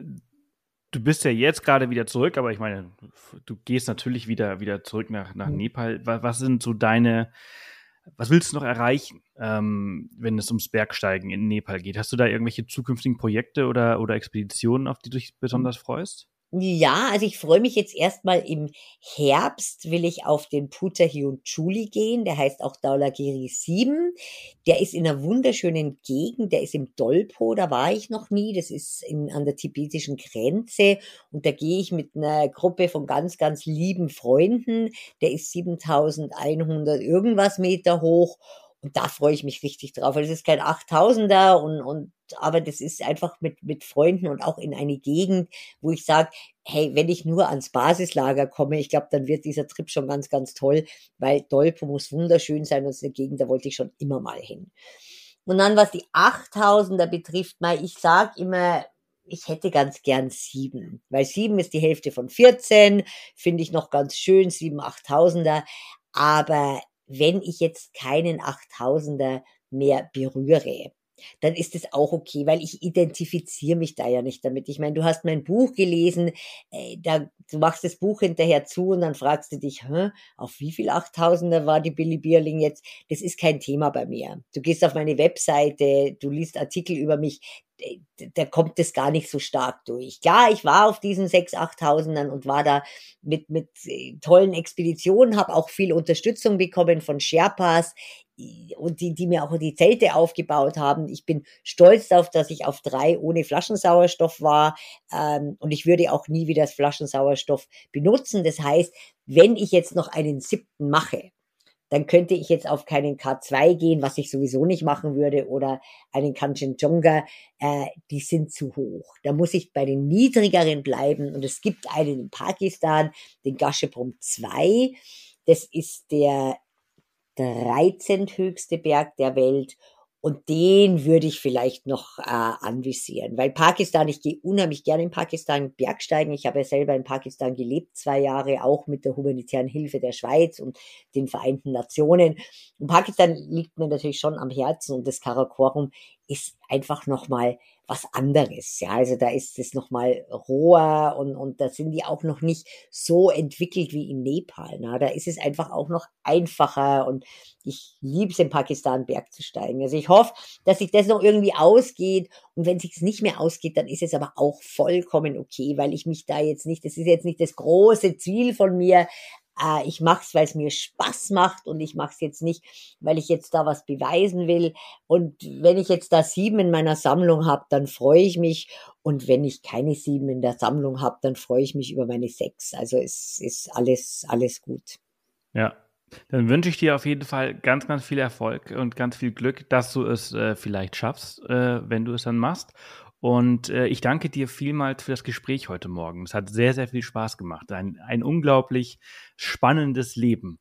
du bist ja jetzt gerade wieder zurück, aber ich meine, du gehst natürlich wieder zurück nach Mhm. Nepal. Was sind so deine, was willst du noch erreichen, wenn es ums Bergsteigen in Nepal geht? Hast du da irgendwelche zukünftigen Projekte oder Expeditionen, auf die du dich besonders freust? Ja, also ich freue mich jetzt erstmal im Herbst will ich auf den Puteh Chuli gehen, der heißt auch Dhaulagiri 7. Der ist in einer wunderschönen Gegend, der ist im Dolpo, da war ich noch nie, das ist an der tibetischen Grenze und da gehe ich mit einer Gruppe von ganz, ganz lieben Freunden, der ist 7.100 irgendwas Meter hoch und da freue ich mich richtig drauf, weil das ist kein 8.000er und aber das ist einfach mit Freunden und auch in eine Gegend, wo ich sage: „Hey, wenn ich nur ans Basislager komme, ich glaube, dann wird dieser Trip schon ganz, ganz toll“, weil Dolpo muss wunderschön sein und ist 'ne Gegend, da wollte ich schon immer mal hin. Und dann, was die 8000er betrifft, ich sag immer, ich hätte ganz gern 7, weil 7 ist die Hälfte von 14, finde ich noch ganz schön, 7 8000er. Aber wenn ich jetzt keinen 8000er mehr berühre, dann ist es auch okay, weil ich identifiziere mich da ja nicht damit. Ich meine, du hast mein Buch gelesen, du machst das Buch hinterher zu und dann fragst du dich, auf wie viel 8000er war die Billie Bierling jetzt? Das ist kein Thema bei mir. Du gehst auf meine Webseite, du liest Artikel über mich, da kommt es gar nicht so stark durch. Klar, ich war auf diesen 6.000, 8.000ern und war da mit tollen Expeditionen, habe auch viel Unterstützung bekommen von Sherpas und die mir auch die Zelte aufgebaut haben. Ich bin stolz darauf, dass ich auf 3 ohne Flaschensauerstoff war, und ich würde auch nie wieder das Flaschensauerstoff benutzen. Das heißt, wenn ich jetzt noch einen 7. mache, dann könnte ich jetzt auf keinen K2 gehen, was ich sowieso nicht machen würde, oder einen Kanchenjunga, die sind zu hoch. Da muss ich bei den niedrigeren bleiben, und es gibt einen in Pakistan, den Gasheprum 2, das ist der 13. höchste Berg der Welt, und den würde ich vielleicht noch anvisieren, weil Pakistan, ich gehe unheimlich gerne in Pakistan Bergsteigen. Ich habe ja selber in Pakistan gelebt, 2 Jahre, auch mit der humanitären Hilfe der Schweiz und den Vereinten Nationen. Und Pakistan liegt mir natürlich schon am Herzen, und das Karakorum ist einfach nochmal was anderes. Ja, also da ist es nochmal roher, und da sind die auch noch nicht so entwickelt wie in Nepal. Na, da ist es einfach auch noch einfacher, und ich liebe es, in Pakistan Bergzusteigen. Also ich hoffe, dass sich das noch irgendwie ausgeht, und wenn es sich nicht mehr ausgeht, dann ist es aber auch vollkommen okay, weil ich mich da jetzt nicht, das ist jetzt nicht das große Ziel von mir. Ich mache es, weil es mir Spaß macht, und ich mache es jetzt nicht, weil ich jetzt da was beweisen will. Und wenn ich jetzt da 7 in meiner Sammlung habe, dann freue ich mich. Und wenn ich keine 7 in der Sammlung habe, dann freue ich mich über meine 6. Also es ist alles gut. Ja, dann wünsche ich dir auf jeden Fall ganz, ganz viel Erfolg und ganz viel Glück, dass du es vielleicht schaffst, wenn du es dann machst. Und ich danke dir vielmals für das Gespräch heute Morgen. Es hat sehr, sehr viel Spaß gemacht. Ein unglaublich spannendes Leben.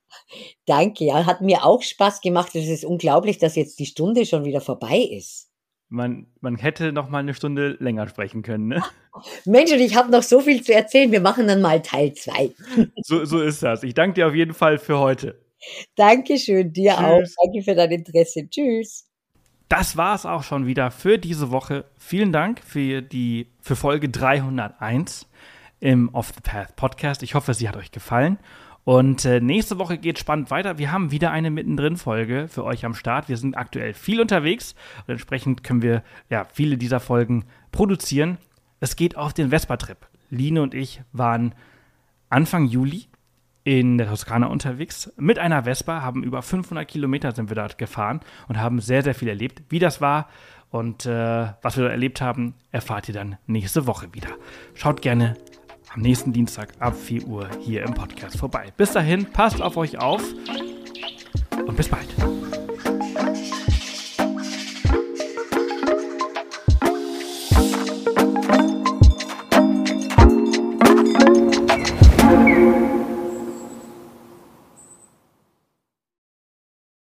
Danke, ja, hat mir auch Spaß gemacht. Es ist unglaublich, dass jetzt die Stunde schon wieder vorbei ist. Man hätte noch mal eine Stunde länger sprechen können, ne? Mensch, und ich habe noch so viel zu erzählen. Wir machen dann mal Teil 2. So ist das. Ich danke dir auf jeden Fall für heute. Dankeschön, dir Tschüss. auch. Danke für dein Interesse. Tschüss. Das war es auch schon wieder für diese Woche. Vielen Dank für Folge 301 im Off the Path Podcast. Ich hoffe, sie hat euch gefallen. Und nächste Woche geht spannend weiter. Wir haben wieder eine Mittendrin-Folge für euch am Start. Wir sind aktuell viel unterwegs und entsprechend können wir viele dieser Folgen produzieren. Es geht auf den Vespa-Trip. Line und ich waren Anfang Juli in der Toskana unterwegs mit einer Vespa, haben über 500 Kilometer sind wir dort gefahren und haben sehr, sehr viel erlebt. Wie das war und was wir dort erlebt haben, erfahrt ihr dann nächste Woche wieder. Schaut gerne am nächsten Dienstag ab 4 Uhr hier im Podcast vorbei. Bis dahin, passt auf euch auf und bis bald.